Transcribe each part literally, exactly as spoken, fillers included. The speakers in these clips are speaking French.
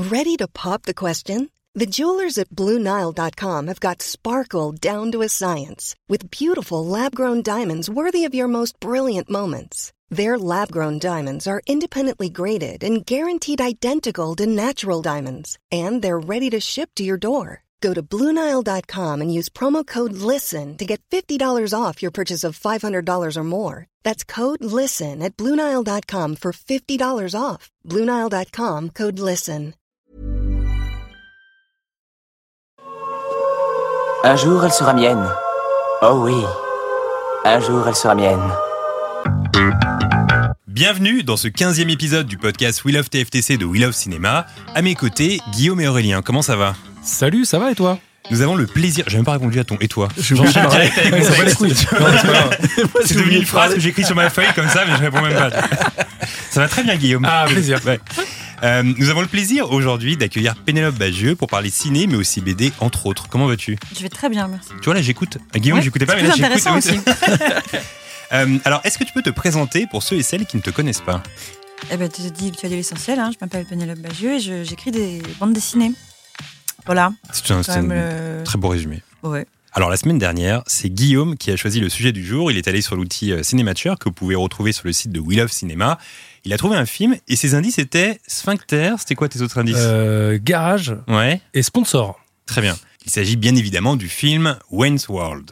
Ready to pop the question? The jewelers at Blue Nile dot com have got sparkle down to a science with beautiful lab-grown diamonds worthy of your most brilliant moments. Their lab-grown diamonds are independently graded and guaranteed identical to natural diamonds, and they're ready to ship to your door. Go to Blue Nile dot com and use promo code LISTEN to get fifty dollars off your purchase of five hundred dollars or more. That's code LISTEN at Blue Nile dot com for fifty dollars off. Blue Nile dot com, code LISTEN. Un jour, elle sera mienne. Oh oui, un jour, elle sera mienne. Bienvenue dans ce quinzième épisode du podcast We Love T F T C de We Love Cinéma. À mes côtés, Guillaume et Aurélien. Comment ça va ? Salut, ça va et toi ? Nous avons le plaisir... J'ai même pas répondu à ton « et toi ?» Je vais direct avec ça va les couilles. C'est devenu une phrase que j'écris sur ma feuille comme ça, mais je réponds même pas. Ça va très bien, Guillaume. Ah, plaisir. Ouais. Euh, nous avons le plaisir aujourd'hui d'accueillir Pénélope Bagieux pour parler ciné, mais aussi B D, entre autres. Comment vas-tu ? Je vais très bien, merci. Tu vois, là, j'écoute. Guillaume, ouais, j'écoutais pas, c'est mais là, plus j'écoute. intéressant aussi. euh, alors, est-ce que tu peux te présenter pour ceux et celles qui ne te connaissent pas ? Eh ben, tu, dis, tu as dit l'essentiel. Hein. Je m'appelle Pénélope Bagieux et je, j'écris des bandes dessinées. Voilà. C'est un, c'est un le... très beau résumé. Ouais. Alors, la semaine dernière, c'est Guillaume qui a choisi le sujet du jour. Il est allé sur l'outil Cinématcher que vous pouvez retrouver sur le site de We Love Cinéma. Il a trouvé un film et ses indices étaient Sphincter. C'était quoi tes autres indices ? euh, Garage ouais. et Sponsor. Très bien. Il s'agit bien évidemment du film Wayne's World.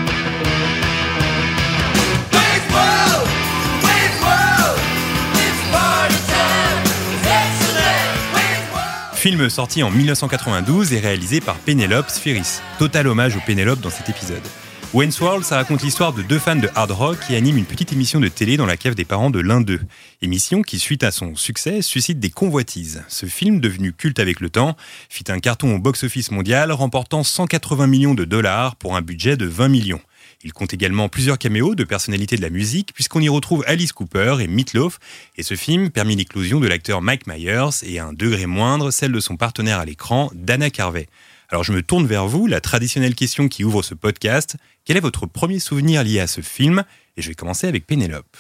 Film sorti en dix-neuf cent quatre-vingt-douze et réalisé par Penelope Spheeris. Total hommage au Pénélope dans cet épisode. Wayne's World, ça raconte l'histoire de deux fans de hard rock qui animent une petite émission de télé dans la cave des parents de l'un d'eux. Émission qui, suite à son succès, suscite des convoitises. Ce film, devenu culte avec le temps, fit un carton au box-office mondial, remportant cent quatre-vingts millions de dollars pour un budget de vingt millions. Il compte également plusieurs caméos de personnalités de la musique, puisqu'on y retrouve Alice Cooper et Meat Loaf, et ce film permit l'éclosion de l'acteur Mike Myers et à un degré moindre, celle de son partenaire à l'écran, Dana Carvey. Alors je me tourne vers vous, la traditionnelle question qui ouvre ce podcast. Quel est votre premier souvenir lié à ce film ? Et je vais commencer avec Pénélope.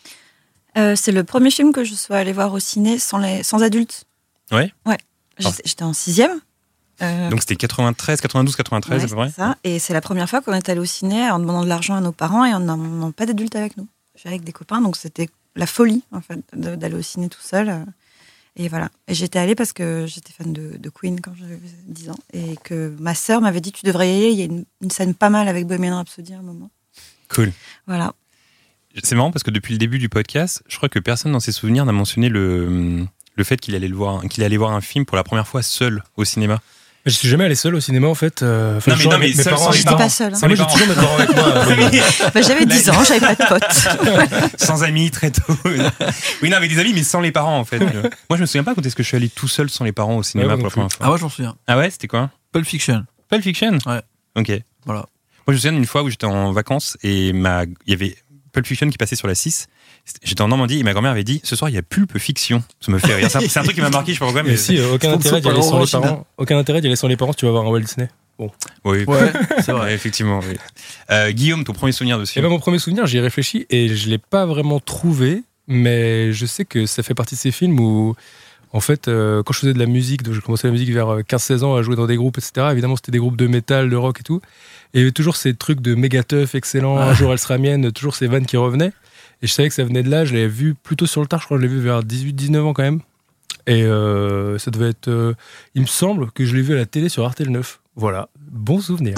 Euh, c'est le premier film que je sois allée voir au ciné sans, les, sans adultes. Ouais ? Ouais. J'étais, Alors, j'étais en sixième. Euh, Donc c'était quatre-vingt-treize, quatre-vingt-douze, quatre-vingt-treize ouais, à peu près. C'est ça. Et c'est la première fois qu'on est allé au ciné en demandant de l'argent à nos parents et en n'avant pas d'adultes avec nous. J'étais avec des copains, donc c'était la folie en fait d'aller au ciné tout seul. Et voilà. Et j'étais allée parce que j'étais fan de, de Queen quand j'avais dix ans et que ma sœur m'avait dit tu devrais y aller. Il y a une, une scène pas mal avec Bohemian Rhapsody à un moment. Cool. Voilà. C'est marrant parce que depuis le début du podcast, je crois que personne dans ses souvenirs n'a mentionné le le fait qu'il allait le voir, qu'il allait voir un film pour la première fois seul au cinéma. Je suis jamais allé seul au cinéma en fait. Euh, non mais non mais mes seul, parents, sans j'étais pas seule. Hein. Moi j'ai toujours mes parents avec moi. Euh, bah, j'avais dix ans, j'avais pas de potes. Sans amis très tôt. Oui non avec des amis mais sans les parents en fait. Moi je me souviens pas quand est-ce que je suis allé tout seul sans les parents au cinéma ouais, pour la première fois. Ah ouais je m'en souviens. Ah ouais c'était quoi ? Pulp Fiction. Pulp Fiction ? Ouais. Ok. Voilà. Moi je me souviens d'une fois où j'étais en vacances et ma il y avait Pulp Fiction qui passait sur la six. J'étais en Normandie et ma grand-mère avait dit ce soir il y a Pulp Fiction. Ça me fait rire. C'est un, c'est un truc qui m'a marqué, je sais pas pourquoi. Mais, mais si, aucun intérêt d'y aller sans les parents. Aucun intérêt d'y aller sans les parents. Tu vas voir un Walt Disney. Bon. Oui. Ouais, c'est vrai. Ouais, effectivement. Oui. Euh, Guillaume, ton premier souvenir de ce film ? Eh ben, mon premier souvenir, j'y ai réfléchi et je l'ai pas vraiment trouvé, mais je sais que ça fait partie de ces films où, en fait, euh, quand je faisais de la musique, donc j'ai commencé la musique vers quinze seize ans à jouer dans des groupes, et cetera. Évidemment, c'était des groupes de métal, de rock et tout. Et il y avait toujours ces trucs de méga teuf, excellent, ah. Un jour elle sera mienne, toujours ces vannes qui revenaient. Et je savais que ça venait de là, je l'avais vu plutôt sur le tard, je crois que je l'ai vu vers dix-huit dix-neuf ans quand même. Et euh, ça devait être... Euh, il me semble que je l'ai vu à la télé sur R T L neuf. Voilà, bon souvenir.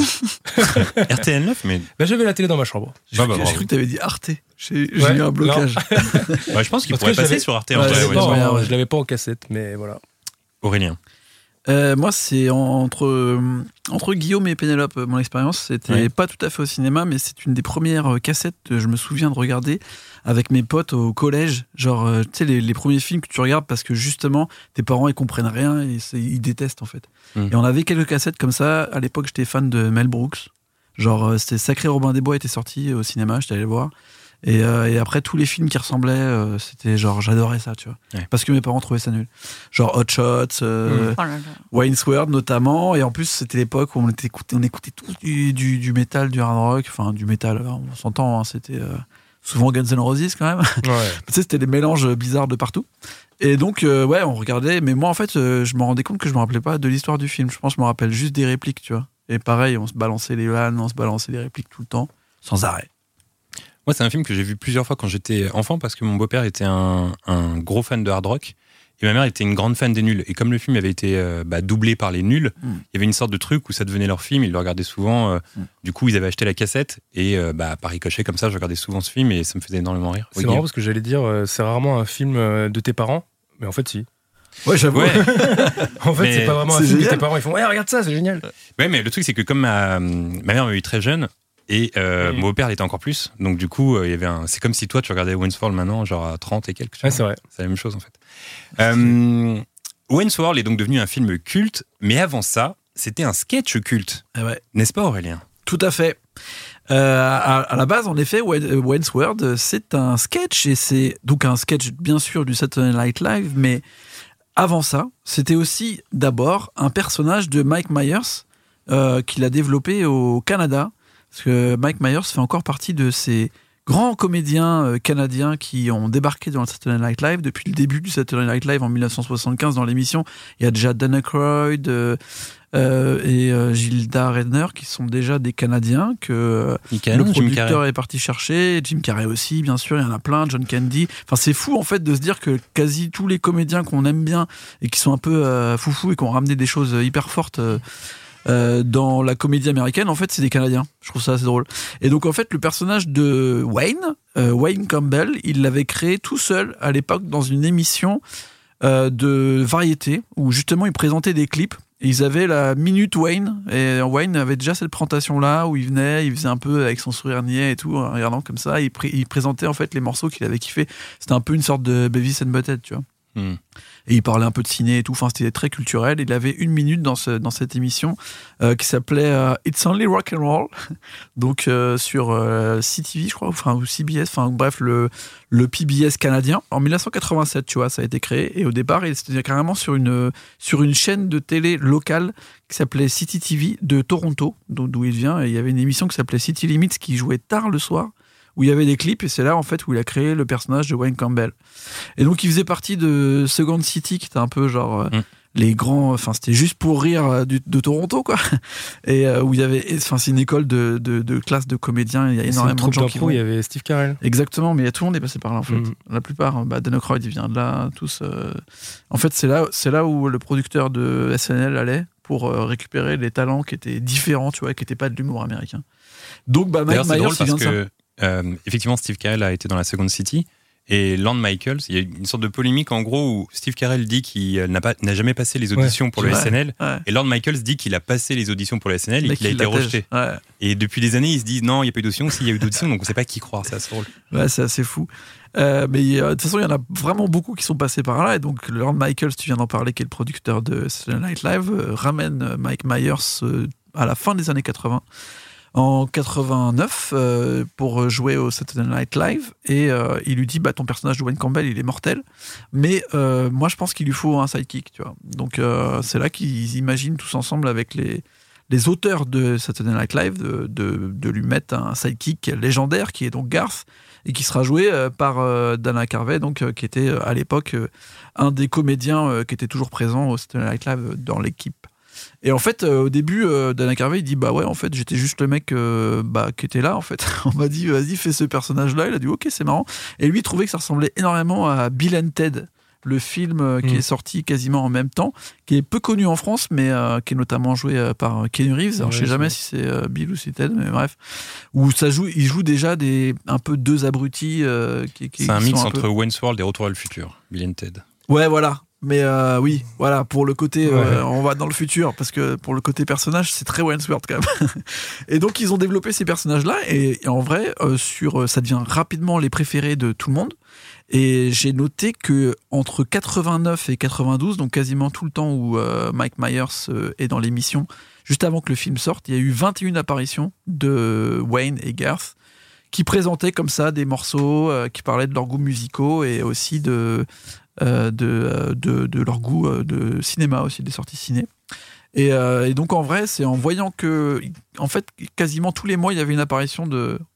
R T L neuf, mais... Ben, j'avais la télé dans ma chambre. J'ai, bah, bah, j'ai cru que tu avais dit Arte. J'ai, j'ai ouais, eu un blocage. Ouais, je pense qu'il pourrait passer sur Arte. En ouais, vrai, ouais, ouais, pas, ouais, ouais. Je l'avais pas en cassette, mais voilà. Aurélien. Euh, moi, c'est entre, euh, entre Guillaume et Pénélope, mon expérience. C'était ouais. pas tout à fait au cinéma, mais c'est une des premières cassettes que je me souviens de regarder avec mes potes au collège. Genre, euh, tu sais, les, les premiers films que tu regardes parce que justement, tes parents, ils comprennent rien et ils détestent, en fait. Mmh. Et on avait quelques cassettes comme ça. À l'époque, j'étais fan de Mel Brooks. Genre, euh, c'était Sacré Robin des Bois était sorti au cinéma, j'étais allé le voir. Et, euh, et après, tous les films qui ressemblaient, euh, c'était genre, j'adorais ça, tu vois. Ouais. Parce que mes parents trouvaient ça nul. Genre Hot Shots, euh, mmh. oh là là. Wayne's World notamment. Et en plus, c'était l'époque où on, était, on écoutait tous du, du, du métal, du hard rock. Enfin, du métal, on s'entend, hein, c'était... Euh, souvent Guns N' Roses quand même. Ouais. Tu sais, c'était des mélanges bizarres de partout. Et donc, euh, ouais, on regardait. Mais moi, en fait, euh, je me rendais compte que je me rappelais pas de l'histoire du film. Je pense que je me rappelle juste des répliques, tu vois. Et pareil, on se balançait les vannes, on se balançait les répliques tout le temps, sans arrêt. Moi, c'est un film que j'ai vu plusieurs fois quand j'étais enfant parce que mon beau-père était un, un gros fan de hard rock et ma mère était une grande fan des nuls. Et comme le film avait été euh, bah, doublé par les nuls, mm. il y avait une sorte de truc où ça devenait leur film, ils le regardaient souvent. Euh, mm. Du coup, ils avaient acheté la cassette et euh, bah, par ricochet, comme ça, je regardais souvent ce film et ça me faisait énormément rire. C'est marrant parce que j'allais dire, euh, c'est rarement un film de tes parents, mais en fait, si. Ouais, j'avoue. Ouais. En fait, mais c'est pas vraiment un c'est film génial. que tes parents ils font. Ouais, regarde ça, c'est génial. Ouais, mais le truc, c'est que comme ma, ma mère m'a eu très jeune, et euh, mmh. mon beau-père l'était encore plus, donc du coup, euh, il y avait un... c'est comme si toi, tu regardais Wayne's World maintenant, genre à trente et quelques. Ouais, c'est vrai. C'est la même chose, en fait. Euh, Wayne's World est donc devenu un film culte, mais avant ça, c'était un sketch culte. Eh ouais. N'est-ce pas, Aurélien ? Tout à fait. Euh, à, à la base, en effet, Wayne's World, c'est un sketch, et c'est donc un sketch, bien sûr, du Saturday Night Live, mais avant ça, c'était aussi d'abord un personnage de Mike Myers euh, qu'il a développé au Canada. Parce que Mike Myers fait encore partie de ces grands comédiens euh, canadiens qui ont débarqué dans le Saturday Night Live depuis le début du Saturday Night Live en dix-neuf cent soixante-quinze dans l'émission. Il y a déjà Dan Aykroyd euh, euh, et euh, Gilda Radner qui sont déjà des Canadiens que euh, Nickel, le Jim producteur Carrey. est parti chercher. Jim Carrey aussi, bien sûr, il y en a plein. John Candy. Enfin, c'est fou en fait de se dire que quasi tous les comédiens qu'on aime bien et qui sont un peu euh, foufou et qui ont ramené des choses hyper fortes. Euh, Euh, dans la comédie américaine, en fait, c'est des Canadiens. Je trouve ça assez drôle. Et donc, en fait, le personnage de Wayne, euh, Wayne Campbell, il l'avait créé tout seul à l'époque dans une émission euh, de variété où justement il présentait des clips. Et ils avaient la Minute Wayne. Et Wayne avait déjà cette présentation-là où il venait, il faisait un peu avec son sourire niais et tout, en regardant comme ça. Il, pr- il présentait en fait les morceaux qu'il avait kiffé. C'était un peu une sorte de Beavis and Butthead, tu vois. Mm. Et il parlait un peu de ciné et tout, enfin c'était très culturel. Il avait une minute dans, ce, dans cette émission euh, qui s'appelait euh, It's Only Rock and Roll, donc euh, sur euh, C T V je crois, enfin, ou C B S, enfin bref le, le P B S canadien. En dix-neuf cent quatre-vingt-sept, tu vois, ça a été créé. Et au départ, il était carrément sur une, sur une chaîne de télé locale qui s'appelait City T V de Toronto, d'où il vient. Et il y avait une émission qui s'appelait City Limits qui jouait tard le soir, où il y avait des clips, et c'est là en fait où il a créé le personnage de Wayne Campbell. Et donc il faisait partie de Second City, qui était un peu genre euh, mm. les grands, enfin c'était juste pour rire euh, du, de Toronto quoi. Et euh, où il y avait, enfin c'est une école de, de, de classe de comédiens, il y a énormément de gens qui vont. Il y avait Steve Carell. Exactement, mais tout le monde est passé par là en fait. Mm. La plupart, bah, Dan Aykroyd il vient de là, tous. Euh... En fait c'est là, c'est là où le producteur de S N L allait pour euh, récupérer les talents qui étaient différents, tu vois, qui n'étaient pas de l'humour américain. Donc bah Mike Myers il vient de ça. Euh, effectivement, Steve Carell a été dans la Second City et Lorne Michaels, il y a une sorte de polémique en gros où Steve Carell dit qu'il n'a, pas, n'a jamais passé les auditions ouais, pour le ouais, S N L ouais. et Lorne Michaels dit qu'il a passé les auditions pour le S N L et Mais qu'il a été rejeté. Ouais. Et depuis des années, ils se disent non, il n'y a pas eu d'audition, s'il y a eu d'audition, donc on ne sait pas qui croire, c'est assez drôle. Ouais, c'est assez fou. Euh, mais de euh, toute façon, il y en a vraiment beaucoup qui sont passés par là et donc Lorne Michaels, tu viens d'en parler, qui est le producteur de Saturday Night Live, euh, ramène Mike Myers euh, à la fin des années quatre-vingts. En quatre-vingt-neuf euh, pour jouer au Saturday Night Live et euh, il lui dit bah ton personnage de Wayne Campbell il est mortel mais euh, moi je pense qu'il lui faut un sidekick, tu vois. Donc euh, c'est là qu'ils imaginent tous ensemble avec les les auteurs de Saturday Night Live de, de, de lui mettre un sidekick légendaire qui est donc Garth et qui sera joué euh, par euh, Dana Carvey, donc euh, qui était euh, à l'époque euh, un des comédiens euh, qui était toujours présent au Saturday Night Live euh, dans l'équipe. Et en fait, euh, au début, euh, Dana Carvey, il dit bah ouais, en fait, j'étais juste le mec euh, bah, qui était là. En fait, on m'a dit vas-y, fais ce personnage-là. Il a dit ok, c'est marrant. Et lui, il trouvait que ça ressemblait énormément à Bill and Ted, le film euh, qui mmh. est sorti quasiment en même temps, qui est peu connu en France, mais euh, qui est notamment joué euh, par Keanu Reeves. Alors, ouais, je sais jamais si c'est euh, Bill ou si Ted, mais bref, où ça joue, il joue déjà des un peu deux abrutis. Euh, qui, qui, c'est un qui mix un entre peu... Wayne's World et Retour à le futur, Bill and Ted. Ouais, voilà. Mais euh, oui, voilà, pour le côté, euh, ouais. on va dans le futur, parce que pour le côté personnage, c'est très Wayne's World quand même. Et donc, ils ont développé ces personnages-là, et, et en vrai, euh, sur, ça devient rapidement les préférés de tout le monde. Et j'ai noté que entre quatre-vingt-neuf et quatre-vingt-douze, donc quasiment tout le temps où euh, Mike Myers euh, est dans l'émission, juste avant que le film sorte, il y a eu vingt et une apparitions de Wayne et Garth, qui présentaient comme ça des morceaux, euh, qui parlaient de leurs goûts musicaux, et aussi de... Euh, de, de, de leur goût euh, de cinéma aussi, des sorties ciné. Et, euh, et donc en vrai, c'est en voyant que, en fait, quasiment tous les mois, il y avait une apparition de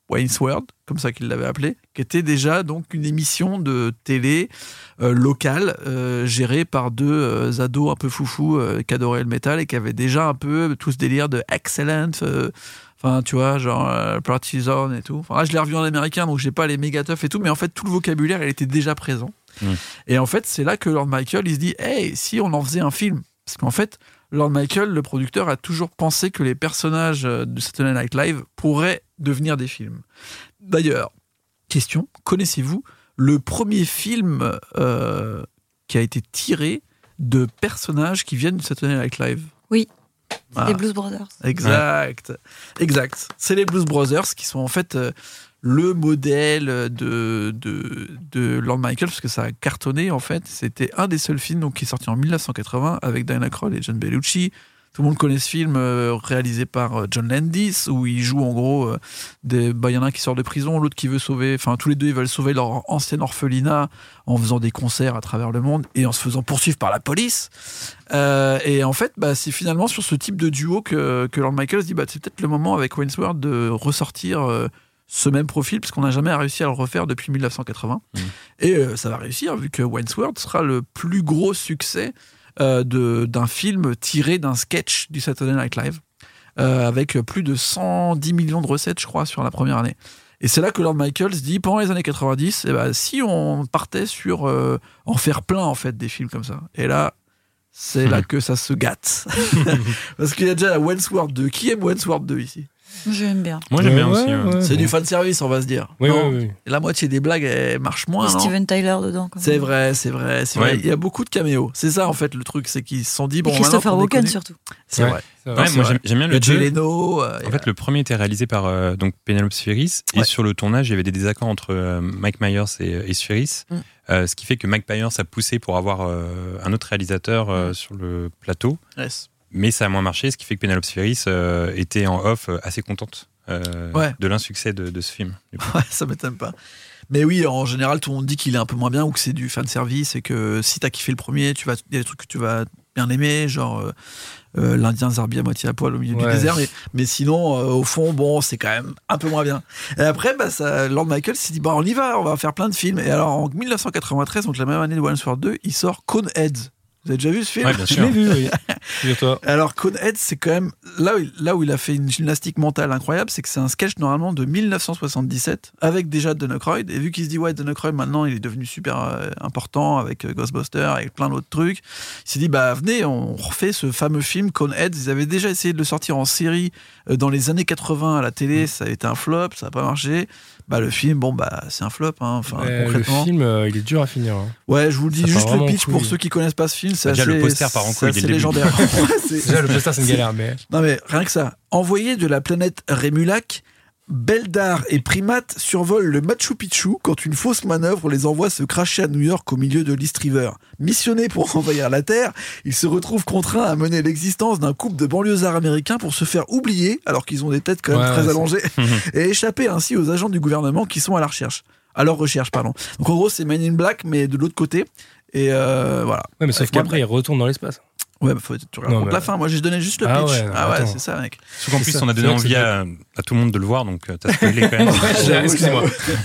Wayne's World, comme ça qu'il l'avait appelé, qui était déjà donc une émission de télé euh, locale euh, gérée par deux euh, ados un peu foufous euh, qui adoraient le métal et qui avaient déjà un peu tout ce délire de excellent, euh, enfin tu vois, genre euh, partisan et tout. Enfin là je l'ai revu en américain donc j'ai pas les méga teufs et tout, mais en fait tout le vocabulaire il était déjà présent. Mmh. Et en fait c'est là que Lord Michael il se dit hey si on en faisait un film, parce qu'en fait Lord Michael, le producteur, a toujours pensé que les personnages de Saturday Night Live pourraient devenir des films. D'ailleurs, question, connaissez-vous le premier film euh, qui a été tiré de personnages qui viennent de Saturday Night Live ? Oui, c'est ah. les Blues Brothers. Exact, ouais. exact. C'est les Blues Brothers qui sont en fait... Euh, le modèle de, de, de Lord Michael, parce que ça a cartonné en fait. C'était un des seuls films donc, qui est sorti en dix-neuf cent quatre-vingts avec Diana Krall et John Belushi. Tout le monde connaît ce film euh, réalisé par euh, John Landis où il joue en gros euh, des, bah, y en a un qui sort de prison, l'autre qui veut sauver, enfin tous les deux ils veulent sauver leur ancienne orphelinat en faisant des concerts à travers le monde et en se faisant poursuivre par la police. Euh, et en fait, bah, c'est finalement sur ce type de duo que, que Lord Michael se dit bah, c'est peut-être le moment avec Wayne's World de ressortir euh, ce même profil, parce qu'on n'a jamais réussi à le refaire depuis dix-neuf cent quatre-vingts. Mmh. Et euh, ça va réussir, vu que Wayne's World sera le plus gros succès euh, de, d'un film tiré d'un sketch du Saturday Night Live, euh, avec plus de cent dix millions de recettes, je crois, sur la première année. Et c'est là que Lord Michael se dit, pendant les années quatre-vingt-dix, eh ben, si on partait sur euh, en faire plein, en fait, des films comme ça. Et là, c'est mmh. là que ça se gâte. Parce qu'il y a déjà la Wayne's World deux. Qui aime Wayne's World deux ici ? J'aime bien. Moi j'aime ouais, bien aussi. Ouais, ouais. ouais, c'est bon. du fan service, on va se dire. Oui, non, oui, oui. La moitié des blagues elles marchent moins. Et non Steven Tyler dedans. Quand même. C'est vrai, c'est vrai, c'est ouais. vrai. Il y a beaucoup de caméos. C'est ça en fait le truc, c'est qu'ils se sont dit bon. Et Christopher Walken surtout. C'est ouais. vrai. C'est Ouais, non, moi c'est j'aime, vrai. j'aime bien Il y le a Jay deux. Leno. Euh, En fait, le premier était réalisé par euh, donc Penelope Spheeris et ouais. sur le tournage, il y avait des désaccords entre euh, Mike Myers et, et Spheeris, mm. euh, ce qui fait que Mike Myers a poussé pour avoir euh, un autre réalisateur euh, mm. sur le plateau. Yes. Mais ça a moins marché, ce qui fait que Penelope Spheeris euh, était en off euh, assez contente euh, ouais. de l'insuccès de, de ce film. Ouais, ça m'étonne pas. Mais oui, en général, tout le monde dit qu'il est un peu moins bien ou que c'est du fan service et que si t'as kiffé le premier, tu vas, il y a des trucs que tu vas bien aimer, genre euh, euh, l'Indien Zarbi à moitié à poil au milieu ouais. du désert. Mais, mais sinon, euh, au fond, bon, c'est quand même un peu moins bien. Et après, bah, ça, Lord Michael s'est dit, bah, on y va, on va faire plein de films. Et alors, en dix-neuf cent quatre-vingt-treize, donc la même année de Wayne's World deux, il sort Coneheads. Vous avez déjà vu ce film ? Ouais, bien sûr. Je l'ai vu, oui. Figure-toi. Alors, Coneheads, c'est quand même. Là où, là où il a fait une gymnastique mentale incroyable, c'est que c'est un sketch normalement de dix-neuf cent soixante-dix-sept avec déjà Don Aykroyd. Et vu qu'il se dit, ouais, Don Aykroyd maintenant il est devenu super euh, important avec euh, Ghostbusters, avec plein d'autres trucs, il s'est dit, bah venez, on refait ce fameux film Coneheads. Ils avaient déjà essayé de le sortir en série euh, dans les années quatre-vingts à la télé, ça a été un flop, ça n'a pas marché. Bah, le film, bon, bah, c'est un flop, hein. Enfin, ouais, concrètement. Le film, euh, il est dur à finir. Hein. Ouais, je vous le dis, ça juste le pitch couille. pour ceux qui connaissent pas ce film. C'est déjà, assez, le poster part en couille c'est dès le légendaire. Ouais, c'est... Déjà, le poster, c'est une galère, mais. Non, mais rien que ça. Envoyé de la planète Rémulac, Beldar et Primat survolent le Machu Picchu quand une fausse manœuvre les envoie se cracher à New York au milieu de l'East River. Missionnés pour envahir la Terre, ils se retrouvent contraints à mener l'existence d'un couple de banlieusards américains pour se faire oublier, alors qu'ils ont des têtes quand même ouais, très c'est... allongées, et échapper ainsi aux agents du gouvernement qui sont à la recherche. À leur recherche, pardon. Donc en gros, c'est Men in Black, mais de l'autre côté. Et euh, voilà. Ouais, mais sauf Avec qu'après, un... ils retournent dans l'espace. Ouais, bah faut, tu racontes mais... la fin. Moi, j'ai donné juste le pitch. Ah ouais, non, ah ouais, attends. c'est ça, mec. Sauf qu'en c'est plus, ça. on a donné envie à, à tout le monde de le voir, donc t'as spoilé quand même. Ouais, excusez-moi.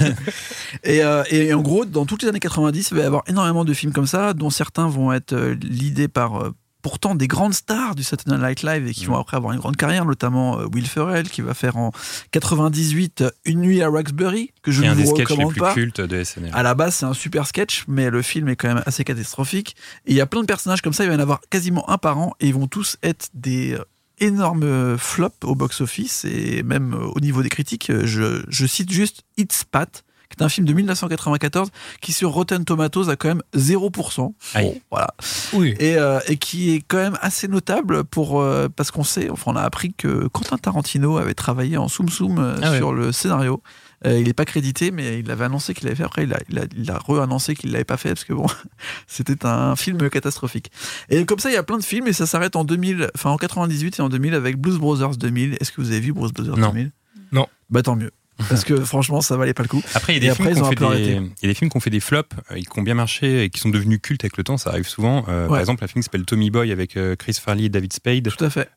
et, euh, et en gros, dans toutes les années quatre-vingt-dix, il va y avoir énormément de films comme ça, dont certains vont être euh, l'idée par euh, pourtant des grandes stars du Saturday Night Live et qui mmh. vont après avoir une grande carrière, notamment euh, Will Ferrell qui va faire en quatre-vingt-dix-huit Une nuit à Roxbury, que je ne vous recommande pas. C'est un des sketchs les plus cultes de S N L. À la base, c'est un super sketch, mais le film est quand même assez catastrophique. Et il y a plein de personnages comme ça, il va y en avoir quasiment un par an et ils vont tous être des euh, énormes flops au box-office et même euh, au niveau des critiques. Je, je cite juste It's Pat, qui est un film de dix-neuf cent quatre-vingt-quatorze qui sur Rotten Tomatoes a quand même zéro pour cent. Bon, voilà. Oui. Et, euh, et qui est quand même assez notable pour, euh, parce qu'on sait, enfin on a appris que Quentin Tarantino avait travaillé en soum soum euh, ah sur ouais. le scénario. Euh, il n'est pas crédité, mais il avait annoncé qu'il l'avait fait. Après, il a, il a, il a re-annoncé qu'il ne l'avait pas fait parce que bon, c'était un film catastrophique. Et comme ça, il y a plein de films et ça s'arrête en deux mille, enfin en quatre-vingt-dix-huit et en deux mille avec Blues Brothers deux mille. Est-ce que vous avez vu Blues Brothers non. deux mille ? Non. Bah tant mieux. Parce que franchement, ça valait pas le coup. Après, il y a des, films, qui ont fait des, il y a des films qui ont fait des flops, euh, qui ont bien marché et qui sont devenus cultes avec le temps. Ça arrive souvent. Euh, ouais. Par exemple, un film qui s'appelle Tommy Boy avec euh, Chris Farley et David Spade. Tout à fait. Euh,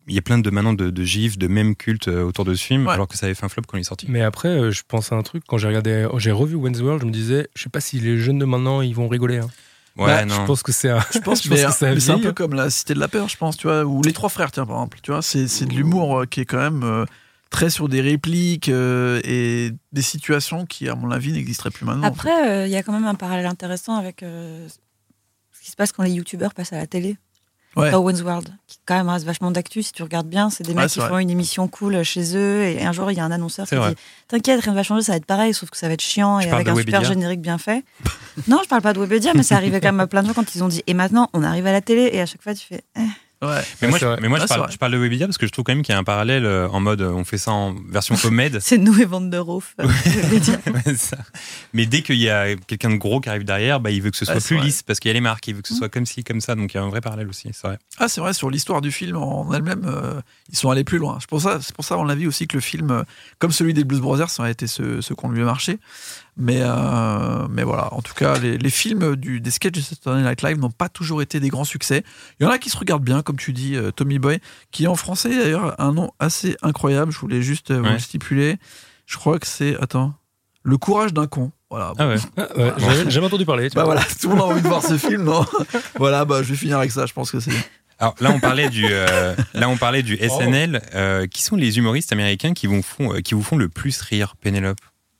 il y a plein de maintenant de, de gifs, de mèmes cultes autour de ce film, ouais. alors que ça avait fait un flop quand il est sorti. Mais après, euh, je pense à un truc, quand j'ai regardé, j'ai revu Wayne's World, je me disais, je sais pas si les jeunes de maintenant, ils vont rigoler. Hein. Ouais, bah, non. Je pense que c'est un. Je pense, je pense mais, que c'est, mais c'est un peu comme la Cité de la Peur, je pense, tu vois, ou Les Trois Frères, tiens, par exemple. Tu vois, c'est, c'est de l'humour qui est quand même euh, très sur des répliques euh, et des situations qui, à mon avis, n'existeraient plus maintenant. Après, il euh, y a quand même un parallèle intéressant avec euh, ce qui se passe quand les youtubeurs passent à la télé. Ouais. Dans Wayne's World, qui quand même reste vachement d'actu, si tu regardes bien, c'est des mecs ouais, qui vrai. font une émission cool chez eux, et un jour il y a un annonceur c'est qui vrai. dit t'inquiète, rien ne va changer, ça va être pareil, sauf que ça va être chiant, tu et avec un Webedia. super générique bien fait. Non, je parle pas de Webedia, mais ça arrivait quand même à plein de gens quand ils ont dit et maintenant on arrive à la télé, et à chaque fois tu fais eh. Ouais. Mais, ouais, moi, je, mais moi, ouais, je, parle, je parle de Webedia parce que je trouve quand même qu'il y a un parallèle euh, en mode on fait ça en version comédie. C'est nous et Van der Hoof. Ouais, ça. Mais dès qu'il y a quelqu'un de gros qui arrive derrière, bah, il veut que ce soit ouais, plus vrai. lisse parce qu'il y a les marques, il veut que ce soit comme ci, comme ça. Donc il y a un vrai parallèle aussi, c'est vrai. Ah, c'est vrai, sur l'histoire du film en elle-même, euh, ils sont allés plus loin. C'est pour ça, c'est pour ça, on l'a vu aussi que le film, euh, comme celui des Blues Brothers, ça aurait été ce, ce qu'on lui a marché. Mais, euh, mais voilà, en tout cas, les, les films du, des sketchs de Saturday Night Live n'ont pas toujours été des grands succès. Il y en a qui se regardent bien, comme tu dis, euh, Tommy Boy, qui en français d'ailleurs a un nom assez incroyable. Je voulais juste euh, vous ouais. le stipuler. Je crois que c'est, attends, Le courage d'un con. Voilà. Ah ouais. Ah, ouais, j'avais jamais entendu parler. Tu Bah vois. voilà, tout le monde a envie de voir ce film, non? Voilà, bah je vais finir avec ça. Je pense que c'est. Alors là, on parlait du, euh, là, on parlait du S N L. Euh, qui sont les humoristes américains qui vous font, euh, qui vous font le plus rire, Pénélope?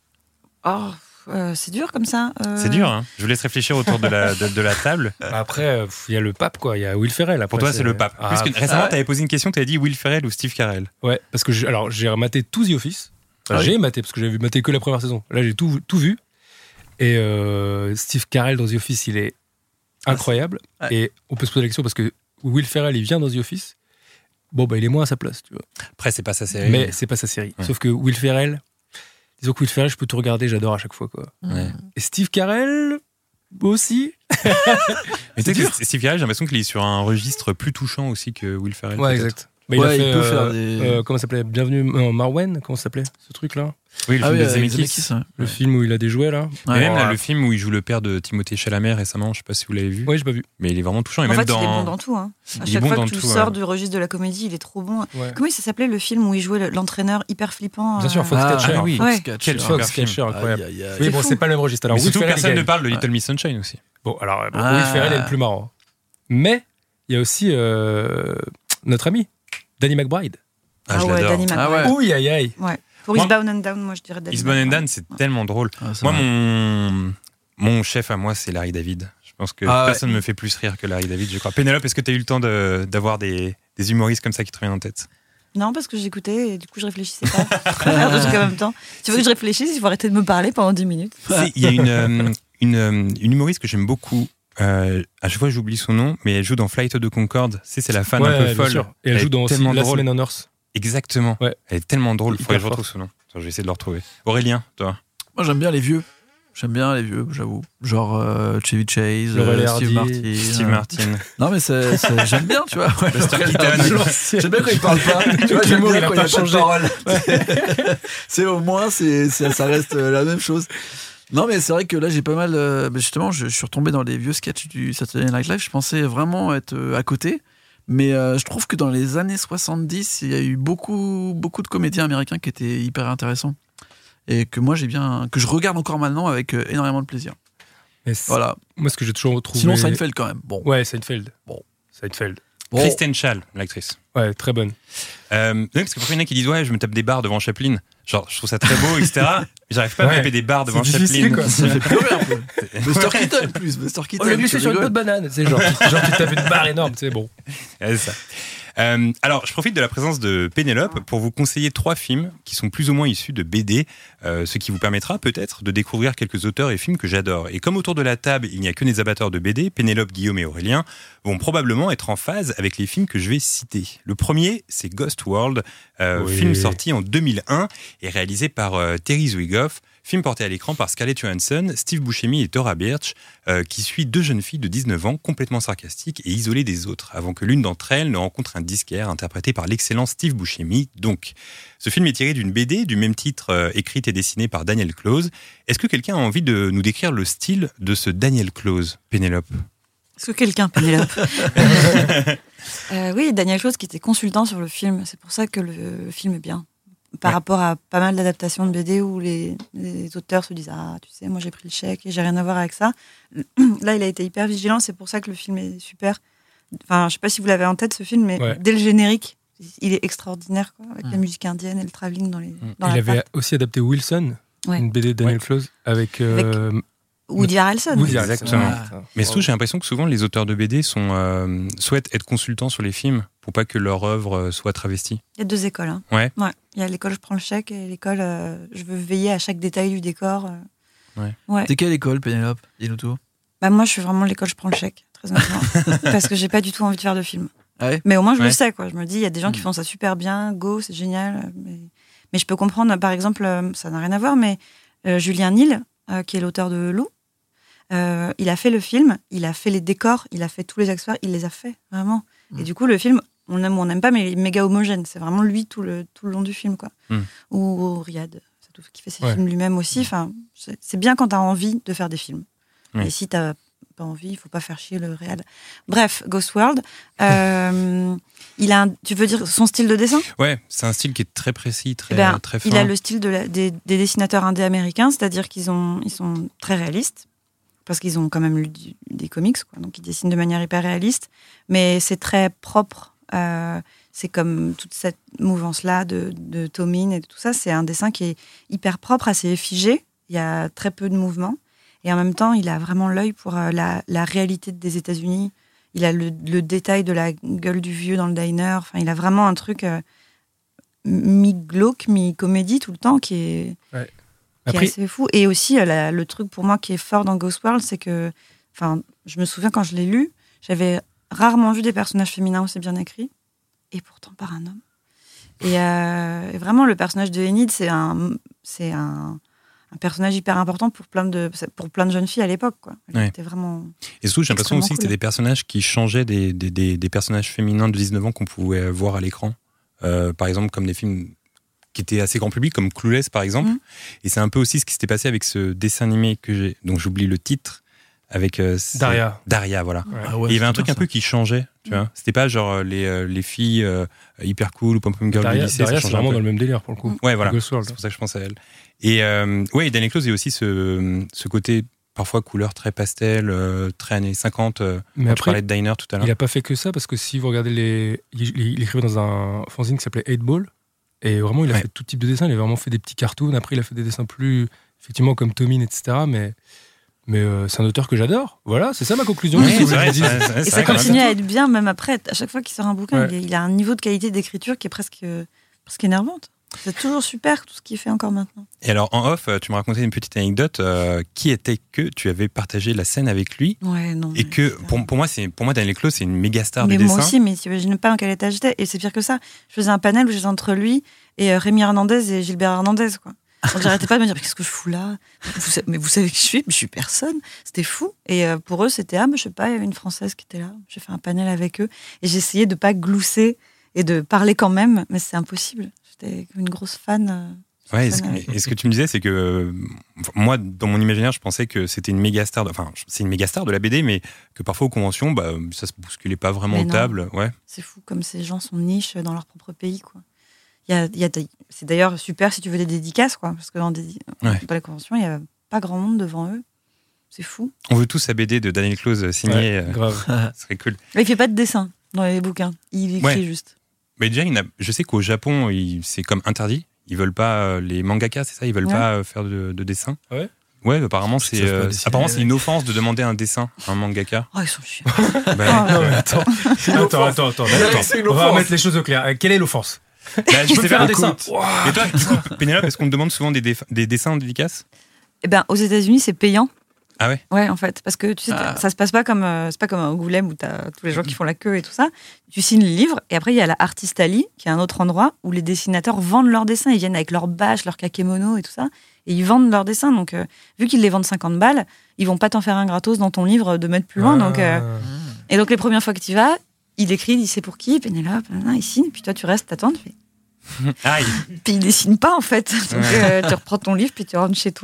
Oh, euh, c'est dur comme ça. Euh... C'est dur, hein. Je vous laisse réfléchir autour de la, de, de la table. Après, il y a le pape, quoi. Il y a Will Ferrell. Après, Pour toi, c'est, c'est le pape. Ah, Parce que récemment, ah ouais. tu avais posé une question, tu avais dit Will Ferrell ou Steve Carell. Ouais, parce que j'ai, alors, j'ai rematé tout The Office. Enfin, Ah oui. j'ai maté, parce que j'avais maté que la première saison. Là, j'ai tout, tout vu. Et euh, Steve Carell dans The Office, il est incroyable. Ah, ouais. Et on peut se poser la question parce que Will Ferrell, il vient dans The Office. Bon, bah, il est moins à sa place, tu vois. Après, c'est pas sa série. Mais c'est pas sa série. Ouais. Sauf que Will Ferrell, disons que Will Ferrell, je peux tout regarder, j'adore à chaque fois, quoi. Ouais. Et Steve Carell aussi. Mais tu sais que Steve Carell, j'ai l'impression qu'il est sur un registre plus touchant aussi que Will Ferrell. Ouais, peut-être. exact. Bah, il Ouais, a fait, il peut euh, faire des- euh, comment ça s'appelait Bienvenue euh, Marwen, comment ça s'appelait ce truc-là? Oui, le Ah film oui, de avec Zemeckis. Zemeckis, ouais. Le film où il a des jouets, là. Et même là, Ouais. le film où il joue le père de Timothée Chalamet récemment, je sais pas si vous l'avez vu. Ouais, j'ai pas vu. Mais il est vraiment touchant. Et En même fait, dans... il est bon dans tout. Hein. À Il est chaque bon fois dans que tu tout, sors ouais. du registre de la comédie, il est trop bon. Ouais. Comment il s'appelait le film où il jouait l'entraîneur hyper flippant? Bien sûr, euh, Foxcatcher. Ah oui. Ouais. Foxcatcher. Quel Fox super film. Catcher, incroyable. Aïe, aïe, aïe. Oui, C'est bon, fou. c'est pas le même registre. Alors, Mais Will surtout, Ferrell, personne il ne gagne. parle de Little Miss Sunshine aussi. Bon, alors, bon, Ah. Will Ferrell est le plus marrant. Mais il y a aussi euh, notre ami, Danny McBride. Ah, Ah je ouais, l'adore. Danny Ah McBride. ouais. Ouh, aïe, aïe. Ouais. Pour Moi- Eastbound and Down, moi je dirais Danny Eastbound and McBride. Down, c'est tellement drôle. Ah, c'est Moi, vrai. mon... mon chef à moi, c'est Larry David. Je pense que Ah ouais. personne ne me fait plus rire que Larry David, je crois. Pénélope, est-ce que tu as eu le temps de... d'avoir des... des humoristes comme ça qui te reviennent en tête? Non, parce que j'écoutais et du coup je réfléchissais pas. Faire deux trucs en même temps. Si tu veux que je réfléchisse, il faut arrêter de me parler pendant dix minutes. C'est- Il y a une, euh, une, euh, une humoriste que j'aime beaucoup. Euh, à chaque fois, j'oublie son nom, mais elle joue dans Flight of the Concorde. C'est, c'est la fan Ouais, un peu bien folle. sûr. Et elle, joue est dans aussi tellement La drôle. Semaine en Earth. Exactement. Ouais. Elle est tellement drôle. Il Hyper faudrait que je forte. retrouve son nom. Attends, je vais essayer de le retrouver. Aurélien, toi. Moi, j'aime bien les vieux. J'aime bien les vieux, j'avoue. Genre euh, Chevy Chase, Laurel et euh, Steve Hardy, Martin. Steve euh. Martin. Non, mais c'est, c'est- j'aime bien, tu vois. Ouais, Buster Laurel et Keaton. Hardy. J'aime bien quand il parle pas. Tu vois, j'aime L'humour, bien il a quand il pas n'y a pas de changé. parole. C'est au moins, c'est, c'est- ça reste euh, la même chose. Non, mais c'est vrai que là, j'ai pas mal. euh, bah, justement, je, je suis retombé dans les vieux sketchs du Saturday Night Live. Je pensais vraiment être euh, à côté. Mais euh, je trouve que dans les années soixante-dix, il y a eu beaucoup, beaucoup de comédiens américains qui étaient hyper intéressants. Et que moi, j'ai bien. Que je regarde encore maintenant avec euh, énormément de plaisir. Mais c'est- Voilà. Moi, ce que j'ai toujours trouvé. Sinon, Seinfeld quand même. Bon. Ouais, Seinfeld. Bon. Seinfeld. Bon. Kristen Schaal, l'actrice. Ouais, très bonne. Euh, oui, parce que parfois, il y en a qui disent ouais, je me tape des barres devant Chaplin. Genre, je trouve ça très beau, et cetera. Mais j'arrive pas à me Ouais. taper des barres devant C'est difficile, Chaplin. quoi. Ça fait pleurer un peu. Buster Keaton plus. Buster Keaton. Oh, j'ai glissé tu sur une peau rigoles. de banane. C'est genre, genre, tu tapes une barre énorme, c'est bon. Ouais, c'est ça. Euh, alors, je profite de la présence de Pénélope pour vous conseiller trois films qui sont plus ou moins issus de B D, euh, ce qui vous permettra peut-être de découvrir quelques auteurs et films que j'adore. Et comme autour de la table, il n'y a que des amateurs de B D, Pénélope, Guillaume et Aurélien vont probablement être en phase avec les films que je vais citer. Le premier, c'est Ghost World, euh, Oui. film sorti en deux mille un et réalisé par euh, Terry Zwigoff. Film porté à l'écran par Scarlett Johansson, Steve Buscemi et Thora Birch, euh, qui suit deux jeunes filles de dix-neuf ans complètement sarcastiques et isolées des autres, avant que l'une d'entre elles ne rencontre un disquaire interprété par l'excellent Steve Buscemi. Donc, ce film est tiré d'une B D du même titre, euh, écrite et dessinée par Daniel Close. Est-ce que quelqu'un a envie de nous décrire le style de ce Daniel Close, Pénélope? Est-ce que quelqu'un, Pénélope Euh, oui, Daniel Close qui était consultant sur le film. C'est pour ça que le, le film est bien. Par Ouais. rapport à pas mal d'adaptations de B D où les, les auteurs se disent « Ah, tu sais, moi j'ai pris le chèque et j'ai rien à voir avec ça. » Là, il a été hyper vigilant. C'est pour ça que le film est super. Enfin, je sais pas si vous l'avez en tête, ce film, mais Ouais. dès le générique, il est extraordinaire, quoi, avec Mm. la musique indienne et le travelling dans les dans Il la avait part. aussi adapté Wilson, Ouais. une B D de Daniel Ouais. Close, avec, euh, Woody Harrelson. Woody Exactement. Harrelson. Ah. Mais surtout, j'ai l'impression que souvent les auteurs de B D sont, euh, souhaitent être consultants sur les films pour pas que leur œuvre euh, soit travestie. Il y a deux écoles. Hein. Ouais. Il y a l'école je prends le chèque et l'école euh, je veux veiller à chaque détail du décor. euh. Ouais. Ouais. T'es quelle école, Pénélope? Dis-nous tout. Bah, moi, je suis vraiment l'école je prends le chèque, très honnêtement. Parce que j'ai pas du tout envie de faire de film. Ah ouais? Mais au moins, je Ouais. le sais, quoi. Je me dis, il y a des gens qui Mm. font ça super bien, go, c'est génial. Mais, mais je peux comprendre, par exemple, euh, ça n'a rien à voir, mais euh, Julien Nil, euh, qui est l'auteur de Loup, euh, il a fait le film, il a fait les décors, il a fait tous les accessoires, il les a fait, vraiment. Mm. Et du coup, le film, on aime ou on n'aime pas, mais il est méga homogène. C'est vraiment lui tout le, tout le long du film, quoi. Mm. Ou Riyad, c'est tout qui fait ses Ouais. films lui-même aussi. Enfin, c'est c'est bien quand t'as envie de faire des films. Ouais. Et si t'as pas envie, il faut pas faire chier le réal. Bref, Ghost World. Euh, il a un- tu veux dire son style de dessin? Ouais, c'est un style qui est très précis, très, Eh ben, très fin. Il a le style de la- des, des dessinateurs indés américains, c'est-à-dire qu'ils ont, ils sont très réalistes, parce qu'ils ont quand même lu du- des comics, quoi, donc ils dessinent de manière hyper réaliste, mais c'est très propre. euh, c'est comme toute cette mouvance-là de, de Tomine et de tout ça, c'est un dessin qui est hyper propre, assez figé, il y a très peu de mouvements, et en même temps, il a vraiment l'œil pour euh, la, la réalité des États-Unis. Il a le, le détail de la gueule du vieux dans le diner. Enfin, il a vraiment un truc euh, mi-glauque, mi-comédie tout le temps qui est, Ouais. qui est Après, assez fou. Et aussi, euh, la- le truc pour moi qui est fort dans Ghost World, c'est que, enfin, je me souviens quand je l'ai lu, j'avais rarement vu des personnages féminins aussi bien écrits, et pourtant par un homme. Et, euh, et vraiment, le personnage de Enid, c'est un, c'est un, un personnage hyper important pour plein de, pour plein de jeunes filles à l'époque, quoi. Elle Ouais. était vraiment. Et surtout, j'ai l'impression extrêmement aussi que c'était cool. des personnages qui changeaient des, des, des, des personnages féminins de dix-neuf ans qu'on pouvait voir à l'écran. Euh, par exemple, comme des films qui étaient assez grand public, comme Clueless, par exemple. Mhm. Et c'est un peu aussi ce qui s'était passé avec ce dessin animé que j'ai, dont j'oublie le titre, avec euh, c'est- Daria. Daria, voilà. Ouais. Ah ouais, Et il y avait un c'est truc bien un peu qui changeait, tu vois. C'était pas genre euh, les, euh, les filles euh, hyper cool ou pom-pom girl Daria, du lycée, Daria, ça c'est changeait un vraiment peu. dans le même délire pour le coup. Ouais, voilà. Ghost World. C'est pour ça que je pense à elle. Et euh, ouais, et Daniel Close, il y a aussi ce, ce côté parfois couleur très pastel, euh, très années cinquante. Euh, Mais quand tu après, parlais de Diner tout à l'heure. il n'a pas fait que ça, parce que si vous regardez les. Il, il écrivait dans un fanzine qui s'appelait eight ball, et vraiment, il a Ouais. fait tout type de dessins. Il a vraiment fait des petits cartoons. Après, il a fait des dessins plus. Effectivement, comme Tomine, et cetera. Mais, mais euh, c'est un auteur que j'adore. Voilà, c'est ça ma conclusion. Ouais, si vous c'est voulez vrai, que je dise. c'est vrai, c'est vrai, Et c'est ça vrai, quand même. continue à être bien, même après. À chaque fois qu'il sort un bouquin, Ouais. il, est- il a un niveau de qualité d'écriture qui est presque, presque énervante. C'est toujours super tout ce qu'il fait encore maintenant. Et alors, en off, euh, tu me racontais une petite anecdote euh, qui était que tu avais partagé la scène avec lui Ouais, non. et mais que c'est- pour, pour moi, c'est pour moi Daniel Close, c'est une méga star mais du moi dessin. aussi, mais t'imagines pas dans quel état j'étais. Et c'est pire que ça. Je faisais un panel où j'étais entre lui et euh, Rémi Hernandez et Gilbert Hernandez, quoi. Donc j'arrêtais pas de me dire, mais qu'est-ce que je fous là? vous, sa- Mais vous savez qui je suis? Mais je suis personne. C'était fou. Et euh, pour eux, c'était, ah, mais je sais pas, il y avait une Française qui était là. J'ai fait un panel avec eux. Et j'essayais de pas glousser et de parler quand même, mais c'est impossible. J'étais une grosse fan. euh, Ouais, et fan ce, avec- que, et ce que tu me disais, c'est que euh, moi, dans mon imaginaire, je pensais que c'était une méga star. de- Enfin, c'est une méga star de la B D, mais que parfois aux conventions, bah, ça se bousculait pas vraiment Mais aux non. tables. Ouais. C'est fou comme ces gens sont niches dans leur propre pays, quoi. Il y a, il y a des- c'est d'ailleurs super si tu veux des dédicaces, quoi, parce que dans, des, Ouais. dans les conventions, il n'y a pas grand monde devant eux. C'est fou. On veut tous sa B D de Daniel Close signée. Ouais, euh, grave. ce serait cool. Mais il fait pas de dessin dans les bouquins. Il écrit Ouais. juste. Mais déjà, il y en a- je sais qu'au Japon, il- c'est comme interdit. Ils veulent pas, euh, les mangakas, c'est ça, ils veulent Ouais. pas euh, faire de, de dessin. Ah ouais Ouais, apparemment, Ils c'est savent pas euh, dessiner, apparemment c'est les une mecs. offense de demander un dessin à un mangaka. Oh, ils sont chiants. Bah, Oh, Non, mais attends. attends, attends, attends. C'est une On va offense. remettre les choses au clair. Euh, Quelle est l'offense? bah, je sais faire un dessin. Écoute. Et toi, du coup, Pénélope, est-ce qu'on te demande souvent des, déf- des dessins dédicaces? Eh ben, aux États-Unis, c'est payant. Ah ouais? Ouais, en fait, parce que tu sais, Ah. ça se passe pas comme euh, c'est pas comme un Angoulême où t'as tous les gens qui font la queue et tout ça. Tu signes le livre et après il y a la Artist Alley, qui est un autre endroit où les dessinateurs vendent leurs dessins. Ils viennent avec leurs bâches, leurs kakémonos et tout ça, et ils vendent leurs dessins. Donc, euh, vu qu'ils les vendent cinquante balles, ils vont pas t'en faire un gratos dans ton livre de mettre plus loin. Donc, euh, Ah. et donc les premières fois que tu y vas, il écrit, il dit c'est pour qui, Pénélope, nanana, il signe, puis toi tu restes, t'attends, tu fais. Ah, il- Puis il dessine pas en fait. Donc Ouais. euh, tu reprends ton livre, puis tu rentres chez toi.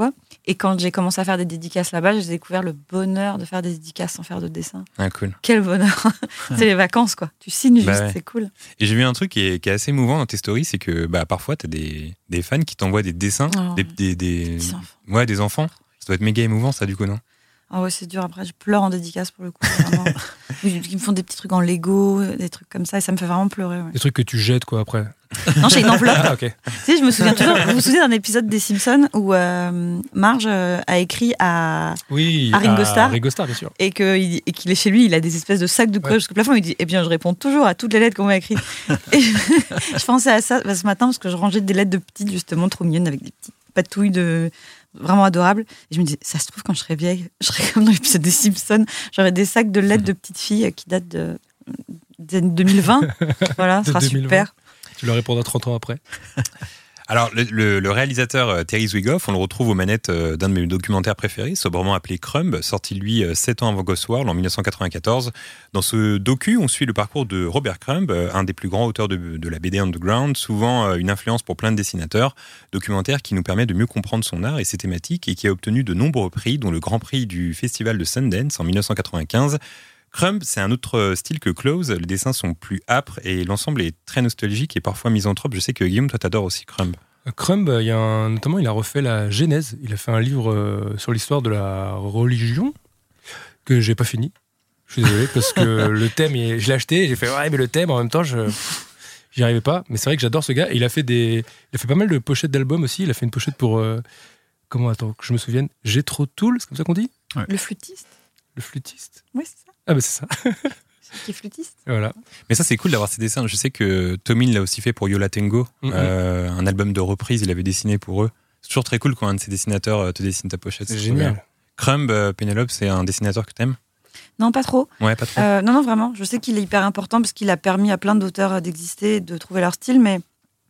Et quand j'ai commencé à faire des dédicaces là-bas, j'ai découvert le bonheur de faire des dédicaces sans faire de dessin. Ah, cool. Quel bonheur. C'est les vacances, quoi. Tu signes juste, Bah ouais. c'est cool. Et j'ai vu un truc qui est, qui est assez émouvant dans tes stories, c'est que bah, parfois, tu as des, des fans qui t'envoient des dessins, Oh. des, des, des, Petits enfants. ouais, des enfants. Ça doit être méga émouvant, ça, du coup, non? Ah ouais, c'est dur. Après, je pleure en dédicace pour le coup. Vraiment. Ils me font des petits trucs en Lego, des trucs comme ça, et ça me fait vraiment pleurer. Ouais. Des trucs que tu jettes, quoi, après. Non, j'ai une enveloppe. Ah, ok. Tu sais, je me souviens toujours. Vous vous souvenez d'un épisode des Simpsons où euh, Marge euh, a écrit à Oui, À Ringo Starr. Ringo Starr, bien sûr. et que il- et qu'il est chez lui, il a des espèces de sacs de colle Ouais. jusqu'au plafond. Il dit, eh bien, je réponds toujours à toutes les lettres qu'on m'a écrites. Et je, je pensais à ça bah, ce matin parce que je rangeais des lettres de petites justement trop mignonnes avec des petites patouilles de vraiment adorables. Et je me disais, ça se trouve quand je serai vieille, je serai comme dans l'épisode des Simpsons, j'aurai des sacs de lettres de petites filles qui datent de, de deux mille vingt. Voilà, De ce sera deux mille vingt. super. Tu leur répondras trente ans après. Alors, le, le- le réalisateur euh, Terry Zwigoff, on le retrouve aux manettes euh, d'un de mes documentaires préférés, sobrement appelé Crumb, sorti lui euh, sept ans avant Ghost World en mille neuf cent quatre-vingt-quatorze. Dans ce docu, on suit le parcours de Robert Crumb, euh, un des plus grands auteurs de, de la B D underground, souvent euh, une influence pour plein de dessinateurs. Documentaire qui nous permet de mieux comprendre son art et ses thématiques et qui a obtenu de nombreux prix, dont le Grand Prix du Festival de Sundance en mille neuf cent quatre-vingt-quinze. Crumb, c'est un autre style que Close. Les dessins sont plus âpres et l'ensemble est très nostalgique et parfois misanthrope. Je sais que Guillaume, toi, t'adores aussi Crumb. Euh, Crumb, il y a un- notamment, il a refait la Genèse. Il a fait un livre euh, sur l'histoire de la religion que j'ai pas fini. Je suis désolé parce que le thème, il- je l'ai acheté et j'ai fait ouais, mais le thème en même temps, je j'y arrivais pas. Mais c'est vrai que j'adore ce gars. Et il a fait des, il a fait pas mal de pochettes d'albums aussi. Il a fait une pochette pour euh, comment attends que je me souvienne. Jethro Tull, c'est comme ça qu'on dit, Le flûtiste. le flûtiste. Oui, c'est ça. Ah bah c'est ça. C'est qui est flûtiste. Voilà. Mais ça, c'est cool d'avoir ces dessins. Je sais que Tommy l'a aussi fait pour Yola Tango, Mhm. euh, un album de reprise. Il avait dessiné pour eux. C'est toujours très cool quand un de ces dessinateurs euh, te dessine ta pochette. C'est trop génial. bien. Crumb, euh, Penelope, c'est un dessinateur que t'aimes? Non, pas trop. Ouais, pas trop. Euh, non, non, vraiment. Je sais qu'il est hyper important parce qu'il a permis à plein d'auteurs euh, d'exister et de trouver leur style, mais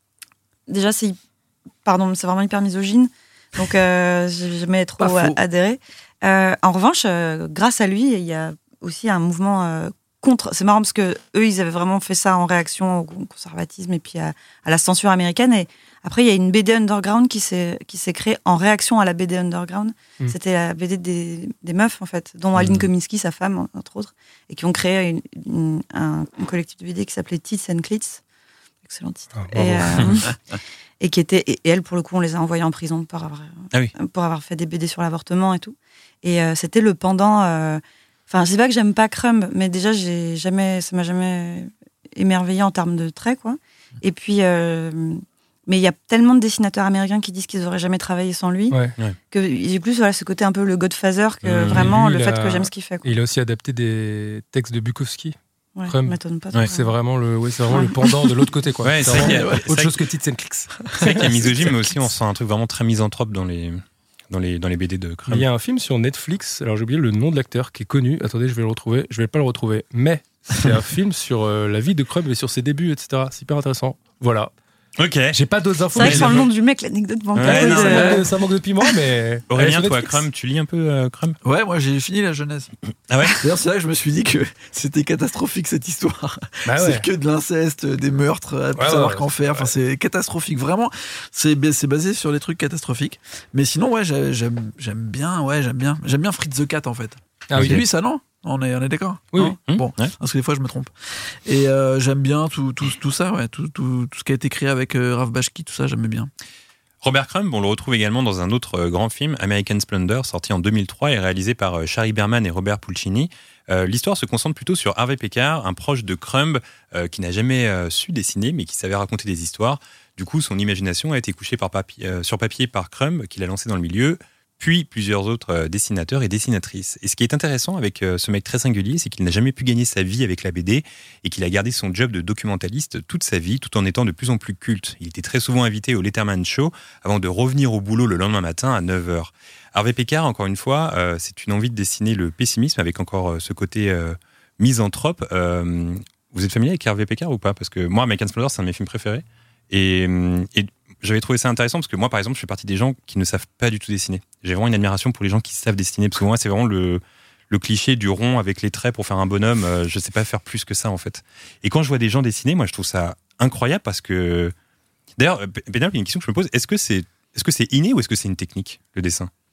déjà, c'est, pardon, c'est vraiment hyper misogyne. Donc, euh, j'ai jamais trop Pas faux. adhéré. Euh, en revanche, euh, grâce à lui, il y a aussi un mouvement euh, contre. C'est marrant parce que eux, ils avaient vraiment fait ça en réaction au conservatisme et puis à, à la censure américaine. Et après, il y a une B D underground qui s'est qui s'est créée en réaction à la B D underground. Mm. C'était la B D des, des meufs en fait, dont Aline Mm. Kominsky, sa femme entre autres, et qui ont créé une, une- un, un collectif de B D qui s'appelait Tits and Clits. Excellent titre. Ah, bravo. et, euh, et qui était et, et elle, pour le coup, on les a envoyés en prison pour avoir Ah oui. pour avoir fait des B D sur l'avortement et tout. Et euh, c'était le pendant. euh, Enfin, c'est pas que j'aime pas Crumb, mais déjà, j'ai jamais, ça m'a jamais émerveillé en termes de traits, quoi. Et puis, euh, mais il y a tellement de dessinateurs américains qui disent qu'ils auraient jamais travaillé sans lui, Ouais. que j'ai plus voilà, ce côté un peu le Godfather que Mmh. vraiment Lui, le il fait a- que j'aime ce qu'il fait. Quoi. Et il a aussi adapté des textes de Bukowski. Ouais, Crumb. m'étonne pas. Ouais, trop. C'est vraiment le, oui, c'est vraiment Ouais. le pendant de l'autre côté, quoi. Ouais, c'est c'est vrai vraiment qu'il y a- c'est autre vrai chose que Tits and Clicks. C'est vrai qu'il y a misogyne, mais aussi on sent un truc vraiment très misanthrope dans les, dans les, dans les B D de Crumb. Il y a un film sur Netflix, alors j'ai oublié le nom de l'acteur qui est connu. Attendez, je vais le retrouver. Je vais pas le retrouver, mais c'est un film sur euh, la vie de Crumb et sur ses débuts, et cetera. C'est hyper intéressant. Voilà. Ok. J'ai pas d'autres infos. C'est vrai que mais sans le je- nom du mec, l'anecdote bancaire. Ouais, non, ça, mais- manque de, ça manque de piment, mais. Aurélien, Allez, sur toi, Netflix. Crumb, tu lis un peu euh, Crumb? Ouais, moi j'ai fini la jeunesse. Ah ouais? D'ailleurs, c'est là que je me suis dit que c'était catastrophique cette histoire. Bah ouais. C'est que de l'inceste, des meurtres, à plus Ouais, savoir ouais, qu'en faire. Enfin, c'est catastrophique. Vraiment, c'est ba- c'est basé sur des trucs catastrophiques. Mais sinon, ouais, j'ai- j'aime j'aime bien. Ouais, j'aime bien. J'aime bien Fritz the Cat en fait. Ah oui. C'est lui, ça, non? On est, on est d'accord? Oui, Non oui. Bon, Ouais. parce que des fois je me trompe. Et euh, j'aime bien tout, tout, tout ça, ouais, tout, tout, tout ce qui a été créé avec euh, Rav Bashki, tout ça, j'aime bien. Robert Crumb, on le retrouve également dans un autre euh, grand film, American Splendor, sorti en deux mille trois et réalisé par euh, Shari Berman et Robert Pulcini. Euh, L'histoire se concentre plutôt sur Harvey Pekar, un proche de Crumb euh, qui n'a jamais euh, su dessiner, mais qui savait raconter des histoires. Du coup, son imagination a été couchée par papier, euh, sur papier par Crumb, qui l'a lancé dans le milieu, puis plusieurs autres euh, dessinateurs et dessinatrices. Et ce qui est intéressant avec euh, ce mec très singulier, c'est qu'il n'a jamais pu gagner sa vie avec la B D et qu'il a gardé son job de documentaliste toute sa vie, tout en étant de plus en plus culte. Il était très souvent invité au Letterman Show avant de revenir au boulot le lendemain matin à neuf heures. Harvey Pekar, encore une fois, euh, c'est une envie de dessiner le pessimisme avec encore euh, ce côté euh, misanthrope. Euh, vous êtes familier avec Harvey Pekar ou pas? Parce que moi, American Splendor, c'est un de mes films préférés. Et, et j'avais trouvé ça intéressant parce que moi, par exemple, je fais partie des gens qui ne savent pas du tout dessiner. J'ai vraiment une admiration pour les gens qui savent dessiner parce que moi, c'est vraiment le, le cliché du rond avec les traits pour faire un bonhomme. Euh, je ne sais pas faire plus que ça, en fait. Et quand je vois des gens dessiner, moi, je trouve ça incroyable parce que. D'ailleurs, Pénélope, il y a une question que je me pose. Est-ce que c'est est-ce que c'est inné ou est-ce que c'est une technique, le dessin?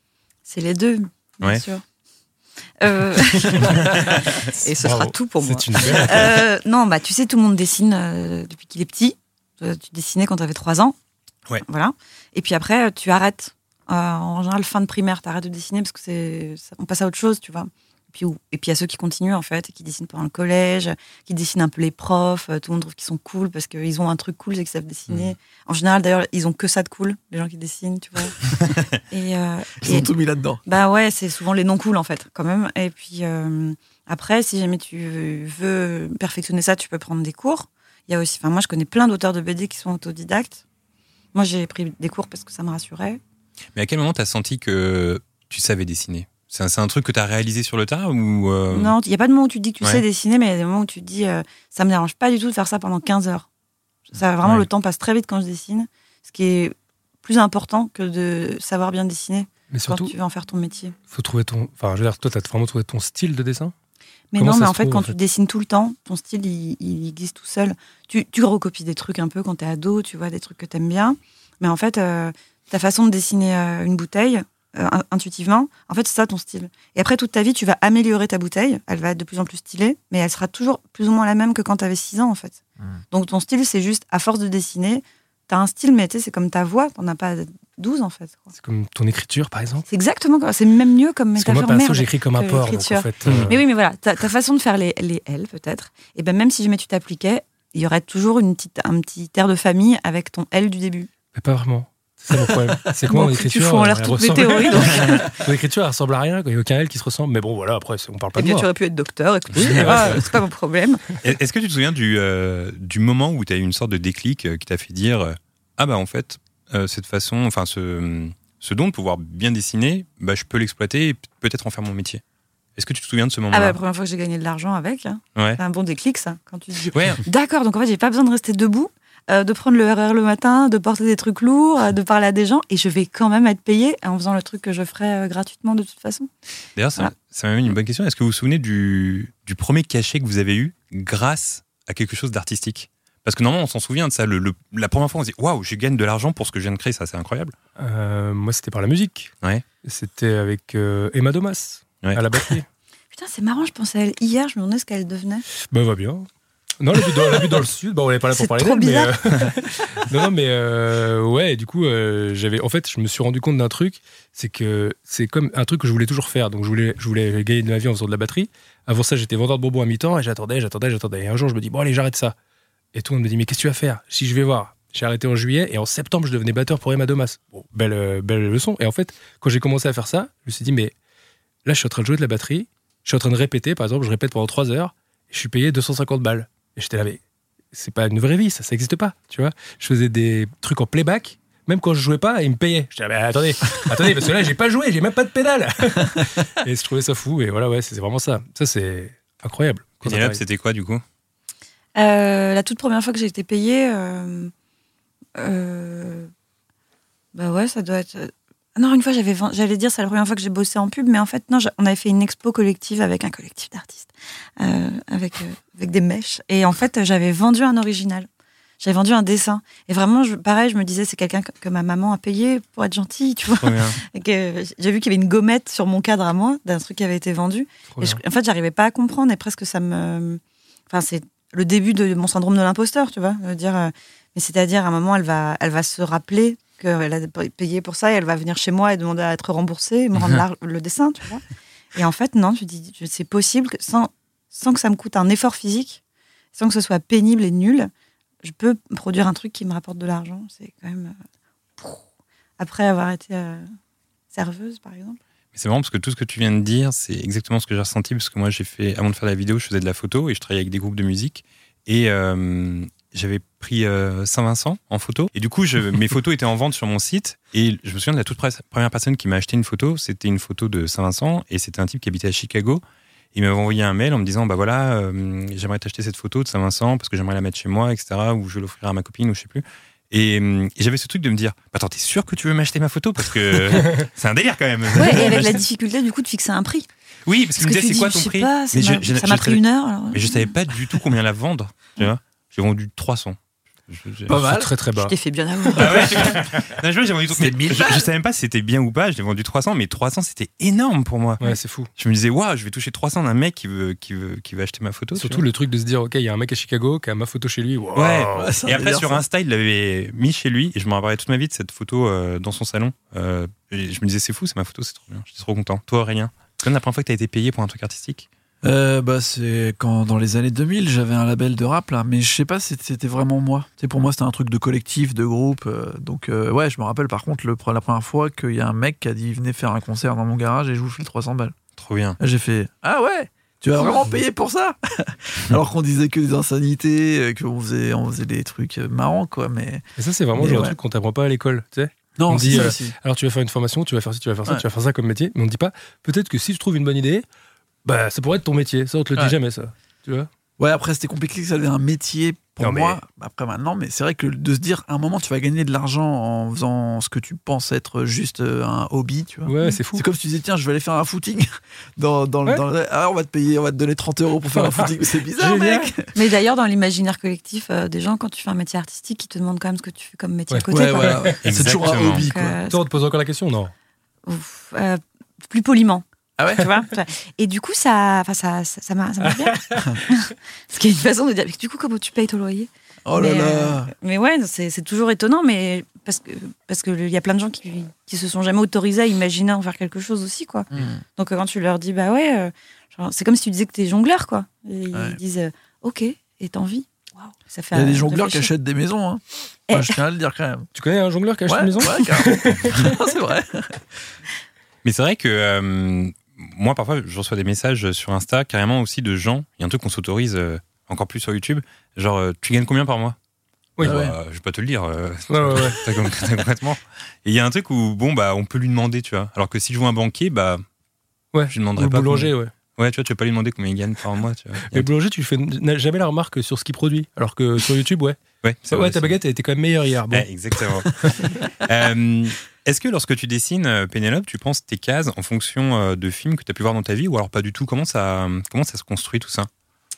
C'est les deux, bien Ouais. sûr. Euh... Et ce Bravo. sera tout pour moi. C'est une belle. Euh, non, bah, tu sais, tout le monde dessine euh, depuis qu'il est petit. Toi, tu dessinais quand tu avais trois ans. Ouais. Voilà. Et puis après, tu arrêtes. Euh, en général, fin de primaire, tu arrêtes de dessiner parce que c'est, ça- on passe à autre chose, tu vois. Et puis, où- et puis, il y a ceux qui continuent, en fait, et qui dessinent pendant le collège, qui dessinent un peu les profs. euh, Tout le monde trouve qu'ils sont cool parce qu'ils ont un truc cool, c'est qu'ils savent dessiner. En général, d'ailleurs, ils ont que ça de cool, les gens qui dessinent, tu vois. et, euh, Ils et- ont tout mis là-dedans. bah ouais, c'est souvent les non cool en fait, quand même. Et puis euh, après, si jamais tu veux perfectionner ça, tu peux prendre des cours. Il y a aussi, enfin moi je connais plein d'auteurs de B D qui sont autodidactes. Moi j'ai pris des cours parce que ça me rassurait. Mais à quel moment t'as senti que tu savais dessiner ? C'est un, c'est un truc que t'as réalisé sur le tas ou euh, Non, il y a pas de moment où tu te dis que tu Ouais. sais dessiner, mais il y a des moments où tu te dis euh, ça me dérange pas du tout de faire ça pendant quinze heures. Ça vraiment Ouais. le temps passe très vite quand je dessine, ce qui est plus important que de savoir bien dessiner Mais quand surtout, tu veux en faire ton métier. faut trouver ton. Enfin, je veux dire, toi, t'as vraiment trouvé ton style de dessin. Mais Comment non, ça mais se en fait, trouve, quand en tu fait dessines tout le temps, ton style, il, il existe tout seul. Tu, tu recopies des trucs un peu quand t'es ado, tu vois, des trucs que t'aimes bien. Mais en fait, euh, ta façon de dessiner euh, une bouteille, euh, in- intuitivement, en fait, c'est ça ton style. Et après, toute ta vie, tu vas améliorer ta bouteille. Elle va être de plus en plus stylée, mais elle sera toujours plus ou moins la même que quand t'avais six ans, en fait. Donc, ton style, c'est juste, à force de dessiner, t'as un style, mais tu sais, c'est comme ta voix, t'en as pas douze, en fait. quoi. C'est comme ton écriture, par exemple. C'est exactement comme c'est même mieux comme Parce que métaphore. moi, perso, merde, j'écris comme un que porc. Donc, en l'écriture. fait, euh, Mais oui, mais voilà, ta, ta façon de faire les, les L, peut-être, et ben même si jamais tu t'appliquais, il y aurait toujours une petite, un petit air de famille avec ton L du début. mais pas vraiment. C'est ça mon problème. C'est comment Bon, mon tu écriture fous en l'air elle toutes mes ressemble- théories, donc. Mon écriture, elle ressemble à rien. quoi. Il n'y a aucun L qui se ressemble. Mais bon, voilà, après, c'est- on parle pas Eh de bien, moi. tu aurais pu être docteur, écoute, Oui, c'est ouais, pas- ouais. c'est pas mon problème. Est-ce que tu te souviens du, euh, du moment où tu as eu une sorte de déclic euh, qui t'a fait dire euh, ah bah en fait euh, cette façon, enfin ce, ce don de pouvoir bien dessiner, bah je peux l'exploiter et peut-être en faire mon métier. Est-ce que tu te souviens de ce Ah bah, moment-là? la première fois que j'ai gagné de l'argent avec, hein, Ouais. c'est un bon déclic, ça, quand tu te dis. Ouais. D'accord, donc en fait, j'ai pas besoin de rester debout, euh, de prendre le R R le matin, de porter des trucs lourds, euh, de parler à des gens, et je vais quand même être payée en faisant le truc que je ferais euh, gratuitement de toute façon. D'ailleurs, ça, Voilà. ça m'amène une bonne question. Est-ce que vous vous souvenez du, du premier cachet que vous avez eu grâce à quelque chose d'artistique? Parce que normalement, on s'en souvient de ça. Le, le- la première fois, on se dit waouh, je gagne de l'argent pour ce que je viens de créer, ça, c'est incroyable. Euh, moi, c'était par la musique. Ouais. C'était avec euh, Emma Domas, Ouais. à la batterie. Putain, c'est marrant, je pensais à elle hier, je me demandais ce qu'elle devenait. Bah, va bien. Non, elle habite dans, elle habite dans le sud. Bon, on n'est pas là pour C'est parler trop d'elle, mais. bizarre. euh, non, non, mais euh, ouais, et du coup, euh, j'avais. En fait, je me suis rendu compte d'un truc, c'est que c'est comme un truc que je voulais toujours faire. Donc, je voulais, je voulais gagner de ma vie en faisant de la batterie. Avant ça, j'étais vendeur de bonbons à mi-temps et j'attendais, j'attendais, j'attendais. Et un jour, je me dis, bon, allez, j'arrête ça. Et tout le monde me dit, mais qu'est-ce que tu vas faire? Si je vais voir. J'ai arrêté en juillet et en septembre, je devenais batteur pour Emma Domas. Bon, belle, euh, belle leçon. Et en fait, quand j'ai commencé à faire ça, je me suis dit, mais là, je suis en train de jouer de la batterie. Je suis en train de répéter, par exemple, je répète pendant trois heures et je suis payé deux cent cinquante balles. Et j'étais là, mais c'est pas une vraie vie, ça, ça n'existe pas, tu vois. Je faisais des trucs en playback, même quand je jouais pas, ils me payaient. J'étais là, mais attendez, attendez, parce que là, j'ai pas joué, j'ai même pas de pédale. Et je trouvais ça fou, et voilà, ouais, c'est vraiment ça. Ça, c'est incroyable. quand ça Pénélope, t'arrive. c'était quoi du coup? Euh, la toute première fois que j'ai été payée, euh, euh, bah ouais, ça doit être. Non, une fois, j'avais, vend- j'allais dire, c'est la première fois que j'ai bossé en pub, mais en fait, non, j'a- on avait fait une expo collective avec un collectif d'artistes, euh, avec, euh, avec des mèches. Et en fait, j'avais vendu un original. J'avais vendu un dessin. Et vraiment, je, pareil, je me disais, c'est quelqu'un que, que ma maman a payé pour être gentille, tu vois. Trop bien. Et que j'ai vu qu'il y avait une gommette sur mon cadre à moi, d'un truc qui avait été vendu. Trop Et bien. je- en fait, j'arrivais pas à comprendre et presque ça me. Enfin, c'est le début de mon syndrome de l'imposteur, tu vois. De dire, euh, mais c'est-à-dire, à un moment, elle va, elle va se rappeler qu'elle a payé pour ça et elle va venir chez moi et demander à être remboursée et me rendre l'ar- le dessin, tu vois. Et en fait, non, tu dis, je- c'est possible que sans, sans que ça me coûte un effort physique, sans que ce soit pénible et nul, je peux produire un truc qui me rapporte de l'argent. C'est quand même. euh, Après avoir été euh, serveuse, par exemple. Mais c'est marrant parce que tout ce que tu viens de dire, c'est exactement ce que j'ai ressenti parce que moi, j'ai fait, avant de faire la vidéo, je faisais de la photo et je travaillais avec des groupes de musique et euh, j'avais pris euh, Saint-Vincent en photo et du coup, je, mes photos étaient en vente sur mon site et je me souviens de la toute pre- première personne qui m'a acheté une photo, c'était une photo de Saint-Vincent et c'était un type qui habitait à Chicago. Il m'avait envoyé un mail en me disant bah voilà, euh, j'aimerais t'acheter cette photo de Saint-Vincent parce que j'aimerais la mettre chez moi, et cetera. Ou je vais l'offrir à ma copine ou je sais plus. Et, euh, et j'avais ce truc de me dire bah, attends, t'es sûr que tu veux m'acheter ma photo parce que c'est un délire quand même. Ouais, et avec la difficulté, du coup, de fixer un prix. Oui, parce qu'il me Parce que disait tu c'est quoi dis, ton je sais prix? pas, ça Mais m'a- je- je- ça je m'a pris savais- une heure. alors. Mais je savais pas du tout combien la vendre. Tu vois, j'ai vendu trois cents. Je, je, Pas je, mal. C'est très très bas. Je t'ai fait bien avoir. Ah ouais, non, je, j'ai vendu, C'est mais, mille je, balles. je savais même pas si c'était bien ou pas. Je l'ai vendu trois cents, mais trois cents c'était énorme pour moi. Ouais, c'est fou. Je me disais, waouh, je vais toucher trois cents d'un mec qui veut, qui veut, qui veut acheter ma photo. Surtout le truc de se dire, ok, il y a un mec à Chicago qui a ma photo chez lui. Wow. Ouais. Ouais, c'est un Et après, délire, sur ça. Insta, il l'avait mis chez lui et je me rappellerai toute ma vie de cette photo euh, dans son salon. Euh, et je me disais, c'est fou, c'est ma photo, c'est trop bien. J'étais trop content. Toi, Aurélien, c'est quand la première fois que t'as été payé pour un truc artistique? Euh, bah, c'est quand dans les années deux mille, j'avais un label de rap là, mais je sais pas si c'était vraiment moi. Tu sais, pour moi, c'était un truc de collectif, de groupe. euh, donc, euh, ouais, je me rappelle par contre le, la première fois qu'il y a un mec qui a dit venez faire un concert dans mon garage et je vous file trois cents balles. Trop bien. Là, j'ai fait ah ouais, tu vas vraiment payer pour ça? Alors qu'on disait que des insanités, euh, qu'on faisait, on faisait des trucs euh, marrants quoi, mais. Et ça, c'est vraiment Mais le genre ouais. de truc qu'on t'apprend pas à l'école, tu sais. Non, On c'est dit, ça euh, aussi. Alors tu vas faire une formation, tu vas faire ci, tu vas faire ça, Ouais. tu vas faire ça comme métier, mais on ne dit pas, peut-être que si tu trouves une bonne idée, bah ça pourrait être ton métier. Ça, on te le dit Ouais. jamais, ça. Tu vois. Ouais, après, c'était compliqué que ça devienne un métier pour Non, mais- moi. Après, maintenant, mais c'est vrai que de se dire, à un moment, tu vas gagner de l'argent en faisant ce que tu penses être juste euh, un hobby, tu vois. Ouais, c'est fou. C'est comme si tu disais, tiens, je vais aller faire un footing. Dans, dans, le- Ouais. dans le- ah, on va te payer, on va te donner trente euros pour faire un footing. C'est bizarre, Génial. mec. Mais d'ailleurs, dans l'imaginaire collectif euh, des gens, quand tu fais un métier artistique, ils te demandent quand même ce que tu fais comme métier Ouais. à côté. Ouais, quoi. voilà. ouais. C'est toujours un Exactement. hobby, Donc, quoi. euh, Toi, on te pose encore la question, non? ouf, euh, plus poliment. Ah ouais? Tu vois. Et du coup, ça, enfin, ça, ça, ça marche ça marche bien. Ce qui est une façon de dire. Mais du coup, comment tu payes ton loyer? Oh là mais, là. euh, mais ouais, c'est, c'est toujours étonnant, mais parce que parce que il y a plein de gens qui qui se sont jamais autorisés à imaginer en faire quelque chose aussi, quoi. Hmm. Donc euh, quand tu leur dis bah ouais, euh, genre, c'est comme si tu disais que t'es jongleur, quoi. Et Ouais. ils disent euh, ok, et t'as envie. Waouh, ça fait. Il y a des euh, jongleurs qui réfléchir. achètent des maisons. Hein. Eh. Moi, je tiens à le dire quand même. Tu connais un jongleur qui a acheté Ouais, une maison? ouais, carrément. C'est vrai. Mais c'est vrai que euh, moi, parfois, je reçois des messages sur Insta, carrément aussi de gens. Il y a un truc qu'on s'autorise euh, encore plus sur YouTube. Genre, euh, tu gagnes combien par mois? Oui. Bah, Ouais. Je vais pas te le dire. euh, Ouais, ouais, ouais. très con- très concrètement. Et il y a un truc où, bon, bah, on peut lui demander, tu vois. Alors que si je vois un banquier, bah, Ouais. je lui Ou demanderais le pas. boulanger, ouais. combien- Ouais, tu vois, tu vas pas lui demander combien il gagne par mois, tu vois. Le boulanger, tu fais n'a jamais la remarque sur ce qu'il produit. Alors que sur YouTube, ouais. Ouais, c'est Ouais, vrai, ta c'est- baguette, elle était quand même meilleure hier. Bon. Ouais, exactement. Euh, Est-ce que lorsque tu dessines, euh, Pénélope, tu penses tes cases en fonction euh, de films que tu as pu voir dans ta vie ou alors pas du tout? Comment ça, comment ça se construit tout ça?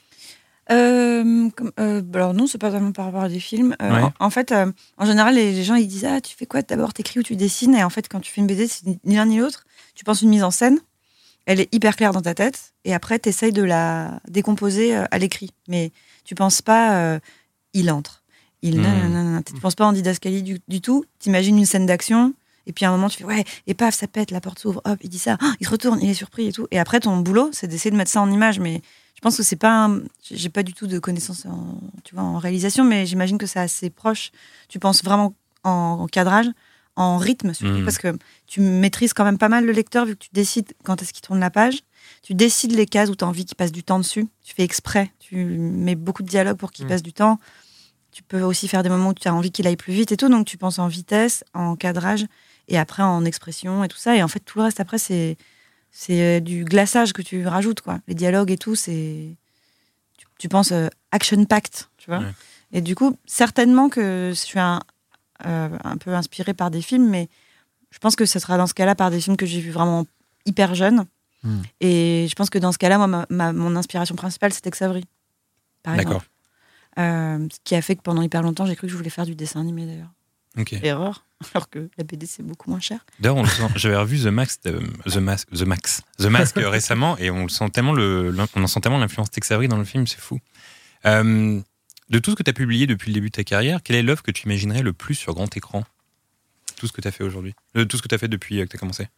Euh, comme- euh, alors non, c'est pas vraiment par rapport à des films. Euh, Ouais. en, en fait, euh, en général, les, les gens ils disent ah tu fais quoi? D'abord t'écris ou tu dessines? Et en fait, quand tu fais une B D, c'est ni l'un ni l'autre. Tu penses une mise en scène, elle est hyper claire dans ta tête, et après t'essayes de la décomposer euh, à l'écrit. Mais tu penses pas euh, il entre, il Hmm. nanana. Tu penses pas en didascalie du, du tout. T'imagines une scène d'action. Et puis à un moment, tu fais ouais, et paf, ça pète, la porte s'ouvre, hop, il dit ça, ah, il se retourne, il est surpris et tout. Et après, ton boulot, c'est d'essayer de mettre ça en image. Mais je pense que c'est pas. Un... J'ai pas du tout de connaissances en, tu vois, en réalisation, mais j'imagine que c'est assez proche. Tu penses vraiment en, en cadrage, en rythme, surtout Mhm. parce que tu maîtrises quand même pas mal le lecteur, vu que tu décides quand est-ce qu'il tourne la page. Tu décides les cases où tu as envie qu'il passe du temps dessus. Tu fais exprès. Tu mets beaucoup de dialogue pour qu'il Mhm. passe du temps. Tu peux aussi faire des moments où tu as envie qu'il aille plus vite et tout. Donc tu penses en vitesse, en cadrage, et après en expression et tout ça. Et en fait, tout le reste après, c'est c'est du glaçage que tu rajoutes, quoi. Les dialogues et tout, c'est tu, tu penses euh, action packed, tu vois. Ouais. Et du coup, certainement que je suis un, euh, un peu inspirée par des films, mais je pense que ce sera dans ce cas-là par des films que j'ai vus vraiment hyper jeune. Hmm. Et je pense que dans ce cas-là, moi, ma, ma- mon inspiration principale, c'est Tex Avery, par exemple. D'accord. Euh, ce qui a fait que pendant hyper longtemps, j'ai cru que je voulais faire du dessin animé, d'ailleurs. Ok. Erreur, alors que la B D, c'est beaucoup moins cher. D'ailleurs, on le sent- j'avais revu The Max, euh, The Mask, The Max, The Mask euh, récemment, et on le sent tellement le, l'in- on en sent tellement l'influence Tex Avery dans le film, c'est fou. Euh, de tout ce que tu as publié depuis le début de ta carrière, quelle est l'œuvre que tu imaginerais le plus sur grand écran? Tout ce que tu as fait aujourd'hui, Euh, tout ce que tu as fait depuis euh, que tu as commencé.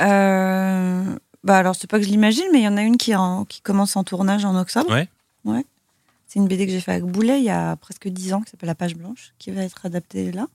Euh, bah alors, c'est pas que je l'imagine, mais il y en a une qui, est en- qui commence en tournage en octobre. Ouais. Ouais. C'est une B D que j'ai fait avec Boulet il y a presque dix ans, qui s'appelle La Page Blanche, qui va être adaptée là.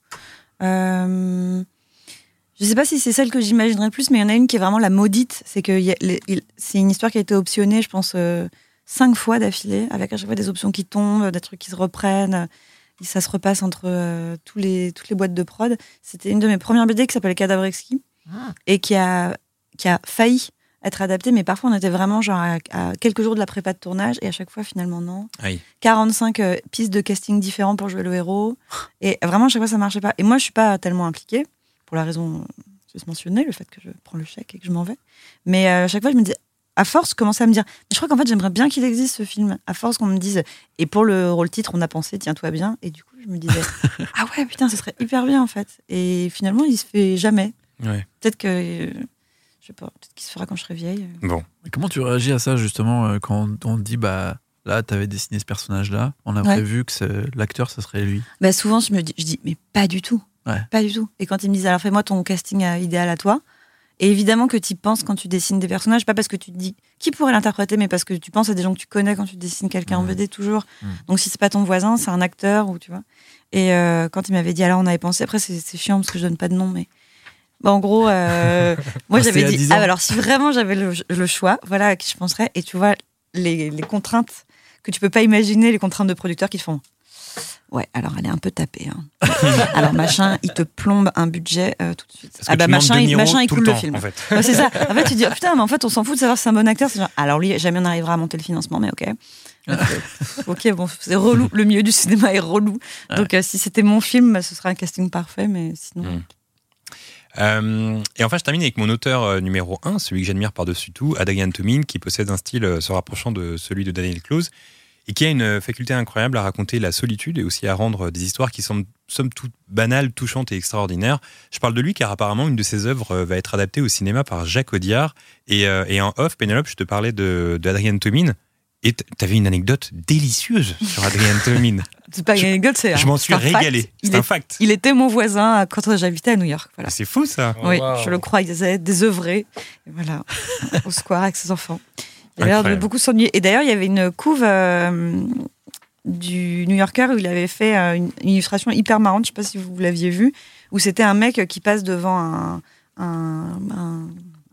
Euh, je sais pas si c'est celle que j'imaginerais le plus, mais il y en a une qui est vraiment la maudite. C'est que y a- les- il- c'est une histoire qui a été optionnée, je pense, euh, cinq fois d'affilée, avec à chaque fois des options qui tombent, des trucs qui se reprennent. Et ça se repasse entre euh, tous les, toutes les boîtes de prod. C'était une de mes premières B D qui s'appelle Cadavre Exquis et qui a, qui a failli être adaptée, mais parfois on était vraiment genre à, à quelques jours de la prépa de tournage et à chaque fois finalement non. Aïe. quarante-cinq euh, pistes de casting différents pour jouer le héros et vraiment à chaque fois ça marchait pas. Et moi je suis pas tellement impliquée pour la raison euh, juste mentionnée, le fait que je prends le chèque et que je m'en vais. Mais euh, à chaque fois je me dis, à force je commençais à me dire, mais je crois qu'en fait j'aimerais bien qu'il existe ce film. À force qu'on me dise, et pour le rôle titre on a pensé, tiens-toi bien. Et du coup je Je me disais, ah ouais, putain, ce serait hyper bien en fait. Et finalement, il se fait jamais. Ouais. Peut-être que, euh, je sais pas, peut-être qu'il se fera quand je serai vieille. Bon. Et comment tu réagis à ça justement euh, quand on te dit bah là t'avais dessiné ce personnage-là, on a Ouais. prévu que c'est- l'acteur ça serait lui. Bah souvent, je me dis, je dis, mais pas du tout. Ouais. Pas du tout. Et quand ils me disent, alors fais-moi ton casting euh, idéal à toi. Et évidemment que tu y penses quand tu dessines des personnages, pas parce que tu te dis qui pourrait l'interpréter, mais parce que tu penses à des gens que tu connais quand tu dessines quelqu'un en Mmh. B D toujours. Mmh. Donc si c'est pas ton voisin, c'est un acteur ou tu vois. Et euh, quand il m'avait dit, alors on avait pensé, après c'est, c'est chiant parce que je donne pas de nom, mais bah, en gros, euh, moi Ah, j'avais c'était il y a dit, dix ah ans. bah, alors si vraiment j'avais le, le choix, voilà à qui je penserais. Et tu vois les, les contraintes que tu peux pas imaginer, les contraintes de producteurs qui te font. Ouais, alors elle est un peu tapée. Hein. Alors machin, il te plombe un budget euh, tout de suite. Parce que Ah bah tu demandes machin, De il, Niro machin, il tout coule le le, temps, film. en fait. Ouais, c'est ça. En fait, tu dis oh, putain, mais en fait, on s'en fout de savoir si c'est un bon acteur. C'est genre, alors lui, jamais on arrivera à monter le financement, mais ok. Donc, euh, ok, bon, c'est relou. Le milieu du cinéma est relou. Donc euh, si c'était mon film, bah, ce serait un casting parfait, mais sinon. Mm. Euh, et enfin, je termine avec mon auteur euh, numéro un, celui que j'admire par-dessus tout, Adrian Toomin, qui possède un style euh, se rapprochant de celui de Daniel Close et qui a une faculté incroyable à raconter la solitude et aussi à rendre des histoires qui semblent somme toute banales, touchantes et extraordinaires. Je parle de lui car apparemment une de ses œuvres euh, va être adaptée au cinéma par Jacques Audiard. Et, euh, et en off, Pénélope, je te parlais de, d'Adrian Toomin. Et t'avais une anecdote délicieuse sur Adrian Toomin. C'est pas une anecdote, c'est. Je m'en c'est suis un fact. régalé. Il C'est un est- fact. Il était mon voisin quand j'habitais à New York. Voilà. C'est fou ça. Oh, Oui, wow. je le croisais, désœuvré, et voilà, au square avec ses enfants. Il a l'air de Incroyable. beaucoup s'ennuyer. Et d'ailleurs, il y avait une couve euh, du New Yorker où il avait fait euh, une, une illustration hyper marrante, je ne sais pas si vous l'aviez vu, où c'était un mec qui passe devant un... un- un-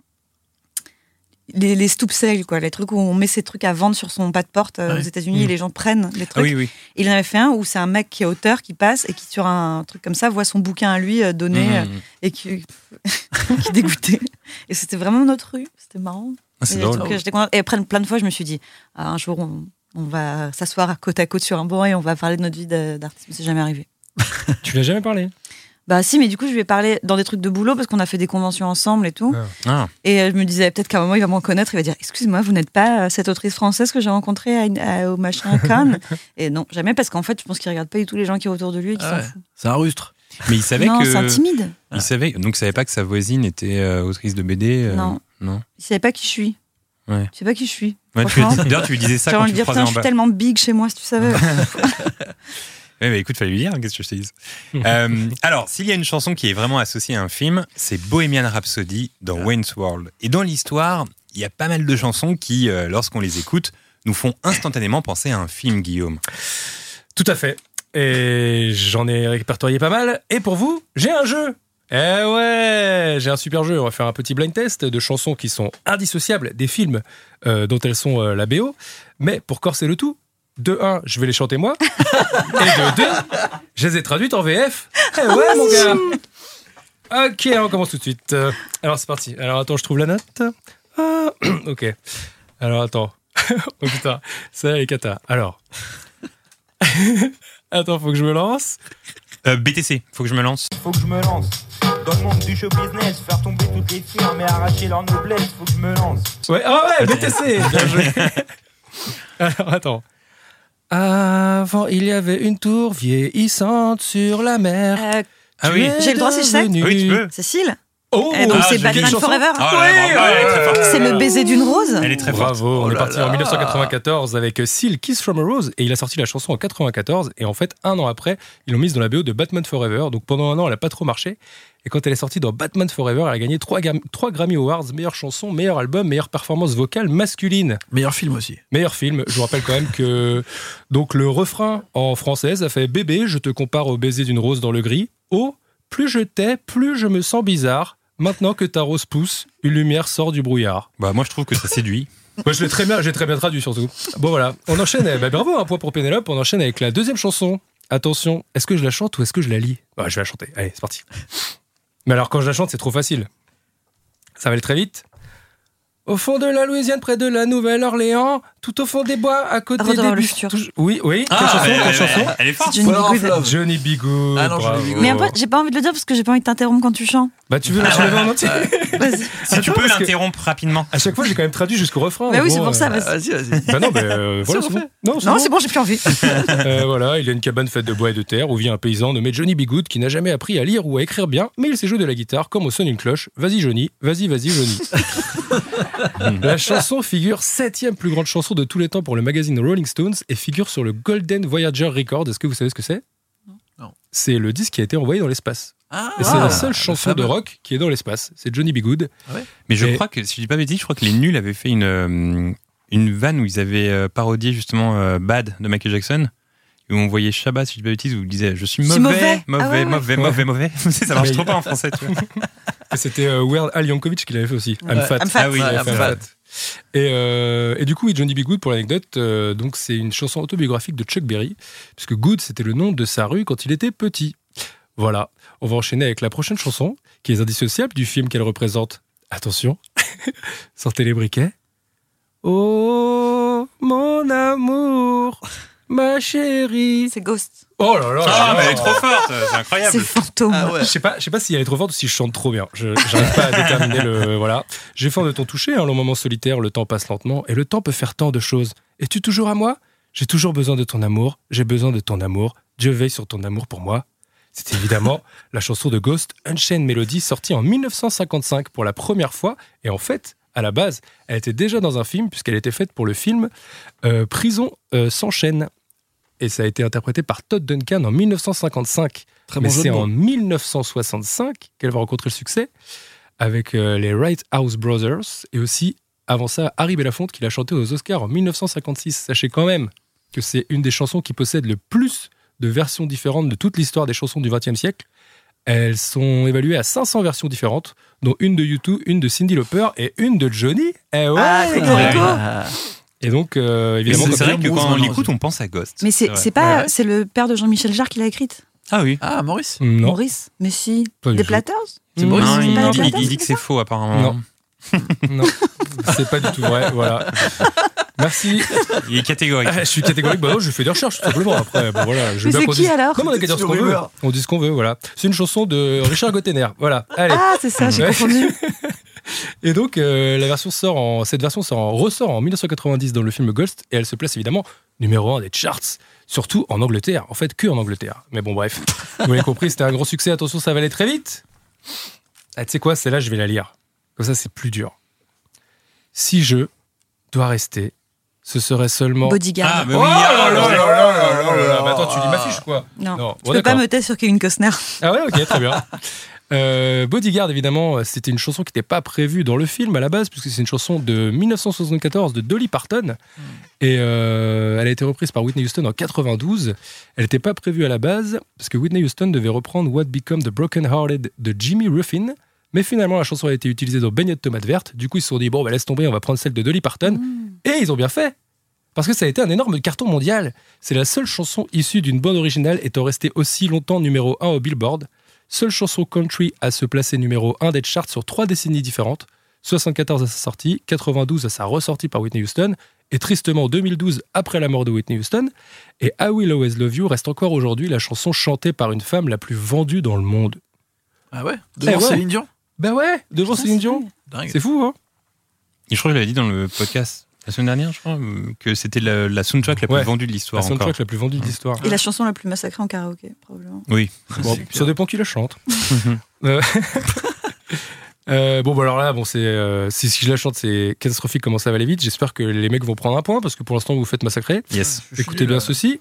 les, les stoop sales, quoi, les trucs où on met ses trucs à vendre sur son pas de porte euh, Ouais. aux États-Unis Mmh. et les gens prennent les Ah trucs. oui, oui. Et il en avait fait un où c'est un mec qui est auteur qui passe et qui, sur un truc comme ça, voit son bouquin à lui euh, donné euh, Mmh. et qui, qui dégoûtait. Et c'était vraiment notre rue. C'était marrant. Ah, c'est Et, drôle. donc, j'étais contente. Et après, plein de fois, je me suis dit, ah, un jour, on, on va s'asseoir à côte à côte sur un banc et on va parler de notre vie de- d'artiste. Mais c'est jamais arrivé. Tu l'as jamais parlé? Bah si, mais du coup, je lui ai parlé dans des trucs de boulot parce qu'on a fait des conventions ensemble et tout. Ah. Et euh, je me disais, peut-être qu'à un moment, il va m'en connaître. Il va dire, excuse-moi, vous n'êtes pas euh, cette autrice française que j'ai rencontrée à une- à- au machin Cannes. Et non, jamais, parce qu'en fait, je pense qu'il regarde pas du tout les gens qui sont autour de lui et qui Ah s'en ouais. fout. C'est un rustre. Mais il savait Non, que. c'est intimide. Il savait, donc il savait pas que sa voisine était euh, autrice de B D. euh, Non. Non. Il savait pas qui je suis. Ouais. Il savais pas qui je suis. Ouais, tu, Franchement. d'ailleurs, tu lui disais ça J'ai quand envie tu de le dire, croisais putain, en je suis bas. tellement big chez moi, si tu savais. Ouais, mais écoute, fallait lui dire, qu'est-ce que je te dise. Euh, alors, s'il y a une chanson qui est vraiment associée à un film, c'est Bohemian Rhapsody dans Wayne's World. Et dans l'histoire, il y a pas mal de chansons qui, euh, lorsqu'on les écoute, nous font instantanément penser à un film, Guillaume. Tout à fait. Et j'en ai répertorié pas mal. Et pour vous, j'ai un jeu. Eh ouais, j'ai un super jeu. On va faire un petit blind test de chansons qui sont indissociables des films euh, dont elles sont euh, la B O. Mais pour corser le tout, de un, je vais les chanter moi. Et de deux, je les ai traduites en V F. Eh ouais, mon gars. Ok, on commence tout de suite. Euh, Alors, c'est parti. Alors, attends, je trouve la note. Ah, ok. Alors, attends. Oh putain, ça est cata. Alors. Attends, faut que je me lance. Euh, B T C, faut que je me lance. Faut que je me lance dans le monde du show business, faire tomber toutes les firmes et arracher leur noblesse. Faut que je me lance. Ouais, ah ouais, B T C, bien joué. Alors, attends. Avant, il y avait une tour vieillissante sur la mer. Euh, Ah oui. J'ai le droit si je sais Devenue- Oui, tu peux. Cécile. Oh, Et donc ah, c'est j'ai Batman une chanson. Forever. Ah, ouais, bravo, elle est très forte. C'est le baiser d'une rose. Elle est très forte. Bravo, on Oh est là parti là. en dix-neuf cent quatre-vingt-quatorze avec Seal, Kiss from a Rose, et il a sorti la chanson en quatre-vingt-quatorze, et en fait, un an après, ils l'ont mise dans la B O de Batman Forever, donc pendant un an, elle n'a pas trop marché, et quand elle est sortie dans Batman Forever, elle a gagné trois Grammy Awards, meilleure chanson, meilleur album, meilleure performance vocale masculine. Meilleur film aussi. Meilleur film, je vous rappelle quand même que donc le refrain en français, ça fait « Bébé, je te compare au baiser d'une rose dans le gris. Oh, plus je t'ai, plus je me sens bizarre. Maintenant que ta rose pousse, une lumière sort du brouillard. » Bah, moi, je trouve que ça séduit. Moi, je l'ai très bien, j'ai très bien traduit surtout. Bon voilà, on enchaîne. Bah, bravo, un point pour Pénélope. On enchaîne avec la deuxième chanson. Attention, est-ce que je la chante ou est-ce que je la lis? Bah, je vais la chanter. Allez, c'est parti. Mais alors, quand je la chante, c'est trop facile. Ça va aller très vite. Au fond de la Louisiane, près de la Nouvelle-Orléans, tout au fond des bois, à côté Retour des vers le bus. futur. Touj- Oui, oui. Ah, quelle chanson, mais- quelle mais- chanson Elle est forte. Johnny Power B. of Good. Love. Johnny B. Good. Ah non, Johnny bravo. B. Good. Mais après, j'ai pas envie de le dire parce que j'ai pas envie de t'interrompre quand tu chantes. Bah, tu veux la soulever en entier Vas-y. Si tu Attends, peux parce que- l'interrompre rapidement. À chaque fois, j'ai quand même traduit jusqu'au refrain. Bah oui, Bon, c'est pour euh, ça. Ah, Vas-y. Vas-y, vas-y. Bah non, mais euh, voilà, C'est c'est bon. bon. Non, c'est Non, bon. c'est bon, j'ai plus envie. Euh, voilà, il a une cabane faite de bois et de terre où vit un paysan nommé Johnny B. Good qui n'a jamais appris à lire ou à écrire bien, mais il sait jouer de la guitare comme au son d'une cloche. Vas-y Johnny, vas-y, vas-y Johnny. La chanson figure septième plus grande chanson de tous les temps pour le magazine Rolling Stones et figure sur le Golden Voyager Record. Est-ce que vous savez ce que c'est ? Non. C'est le disque qui a été envoyé dans l'espace. Ah, Et c'est ah, la seule chanson fameux. de rock qui est dans l'espace. C'est Johnny B. Good. Mais je Et- crois que, si je dis pas bêtise, je crois que les Nuls avaient fait une, euh, une vanne où ils avaient euh, parodié justement euh, Bad de Michael Jackson. Où on voyait Shabba, si je dis pas bêtise, où il disait je suis Je mauvais, suis mauvais. mauvais, Ah ouais, ouais. mauvais, mauvais, mauvais. Ça marche Mais- trop pas en français, tu vois. Et c'était euh, Weird Al Yankovic qui l'avait fait aussi. I'm Ouais. fat. I'm fat. Ah oui, Ouais, il a I'm fait fat. un- Et, euh, et du coup, oui, Johnny B. Good, pour l'anecdote, euh, donc c'est une chanson autobiographique de Chuck Berry, puisque Good, c'était le nom de sa rue quand il était petit. Voilà, on va enchaîner avec la prochaine chanson, qui est indissociable du film qu'elle représente. Attention, sortez les briquets. Oh, mon amour, ma chérie. C'est Ghost. Oh là là là Ah, là. mais elle est trop forte, c'est incroyable. C'est fantôme. Ah ouais. Je sais pas, je sais pas si elle est trop forte ou si je chante trop bien. Je n'arrive pas à déterminer le. Voilà. J'ai faim de ton toucher, un long moment solitaire, le temps passe lentement, et le temps peut faire tant de choses. Es-tu toujours à moi ? J'ai toujours besoin de ton amour, j'ai besoin de ton amour, Dieu veille sur ton amour pour moi. C'est évidemment la chanson de Ghost, Unchained Melody, sortie en dix-neuf cent cinquante-cinq pour la première fois, et en fait, à la base, elle était déjà dans un film, puisqu'elle était faite pour le film euh, Prison euh, sans chaîne. Et ça a été interprété par Todd Duncan en dix-neuf cent cinquante-cinq. Très Mais bon jeu c'est de mots. en dix-neuf cent soixante-cinq qu'elle va rencontrer le succès avec euh, les Wright House Brothers et aussi, avant ça, Harry Belafonte qui l'a chanté aux Oscars en dix-neuf cent cinquante-six. Sachez quand même que c'est une des chansons qui possède le plus de versions différentes de toute l'histoire des chansons du vingtième siècle. Elles sont évaluées à cinq cents versions différentes, dont une de U deux, une de Cyndi Lauper et une de Johnny. Eh ouais Ah, Cocorico. Ah. Et donc, euh, Mais évidemment, c'est quand c'est vrai elle- que Bruce quand on maintenant l'écoute, aussi. on pense à Ghost. Mais c'est vrai. c'est pas, Ouais. c'est le père de Jean-Michel Jarre qui l'a écrite. Ah oui. Ah, Maurice. Non, Maurice. Mais si. Pas du Des tout. Platters. C'est Non, Maurice. Non, c'est il, pas la il- Platters, il dit que c'est c'est faux apparemment. Non. non, c'est pas du tout vrai, voilà. Merci. Il est catégorique. Ah, je suis catégorique, bah non, je fais des recherches tout simplement. Après, bon, voilà, je veux Mais bien c'est qu'on qui, dise- alors Non, mais on a qu'à dire ce qu'on veut. On dit ce qu'on veut, voilà. C'est une chanson de Richard Gottener, voilà. Allez. Ah, c'est ça, j'ai Ouais. confondu. Et donc, euh, la version sort en, cette version sort en, ressort en dix-neuf cent quatre-vingt-dix dans le film Ghost et elle se place évidemment numéro un des charts, surtout en Angleterre. En fait, que en Angleterre. Mais bon, bref. Vous l'avez compris, c'était un gros succès. Attention, ça va aller très vite. Ah, tu sais quoi, celle-là, je vais la lire. Comme ça, c'est plus dur. Si je dois rester, ce serait seulement. Bodyguard. Ah, mais Oh oui. là là là là là là là là. Ah. Mais attends, tu lis ma fiche ou quoi? Non. Non. Je Bon, peux pas d'accord. me taire sur Kevin Costner. Ah ouais, ok, très bien. Euh, Bodyguard, évidemment, c'était une chanson qui n'était pas prévue dans le film à la base, puisque c'est une chanson de dix-neuf cent soixante-quatorze de Dolly Parton. Et euh, elle a été reprise par Whitney Houston en quatre-vingt-douze. Elle n'était pas prévue à la base, parce que Whitney Houston devait reprendre What Become the Broken Hearted de Jimmy Ruffin. Mais finalement, la chanson a été utilisée dans Baignade tomate verte. Du coup, ils se sont dit, bon, bah, laisse tomber, on va prendre celle de Dolly Parton. Et ils ont bien fait. Parce que ça a été un énorme carton mondial. C'est la seule chanson issue d'une bande originale étant restée aussi longtemps numéro un au Billboard. Seule chanson country à se placer numéro un des charts sur trois décennies différentes. soixante-quatorze à sa sortie, quatre-vingt-douze à sa ressortie par Whitney Houston, et tristement deux mille douze après la mort de Whitney Houston. Et I Will Always Love You reste encore aujourd'hui la chanson chantée par une femme la plus vendue dans le monde. Ah ouais Devant Eh ouais. Céline Dion Ben ouais, devant Putain, Céline c'est Dion. dingue. Dingue. C'est fou, hein? Et je crois que je l'avais dit dans le podcast la semaine dernière, je crois, euh, que c'était la, la soundtrack la plus Ouais. vendue de La l'histoire soundtrack encore. la plus vendue de l'histoire. Et la chanson la plus massacrée en karaoké, probablement. Oui. Bon, C'est ça clair. dépend qui la chante. Euh, euh, bon, bah alors là, bon, c'est, euh, si, si je la chante, c'est catastrophique comment ça va aller vite. J'espère que les mecs vont prendre un point parce que pour l'instant, vous vous faites massacrer. Yes. Je suis Écoutez nul, bien là. ceci.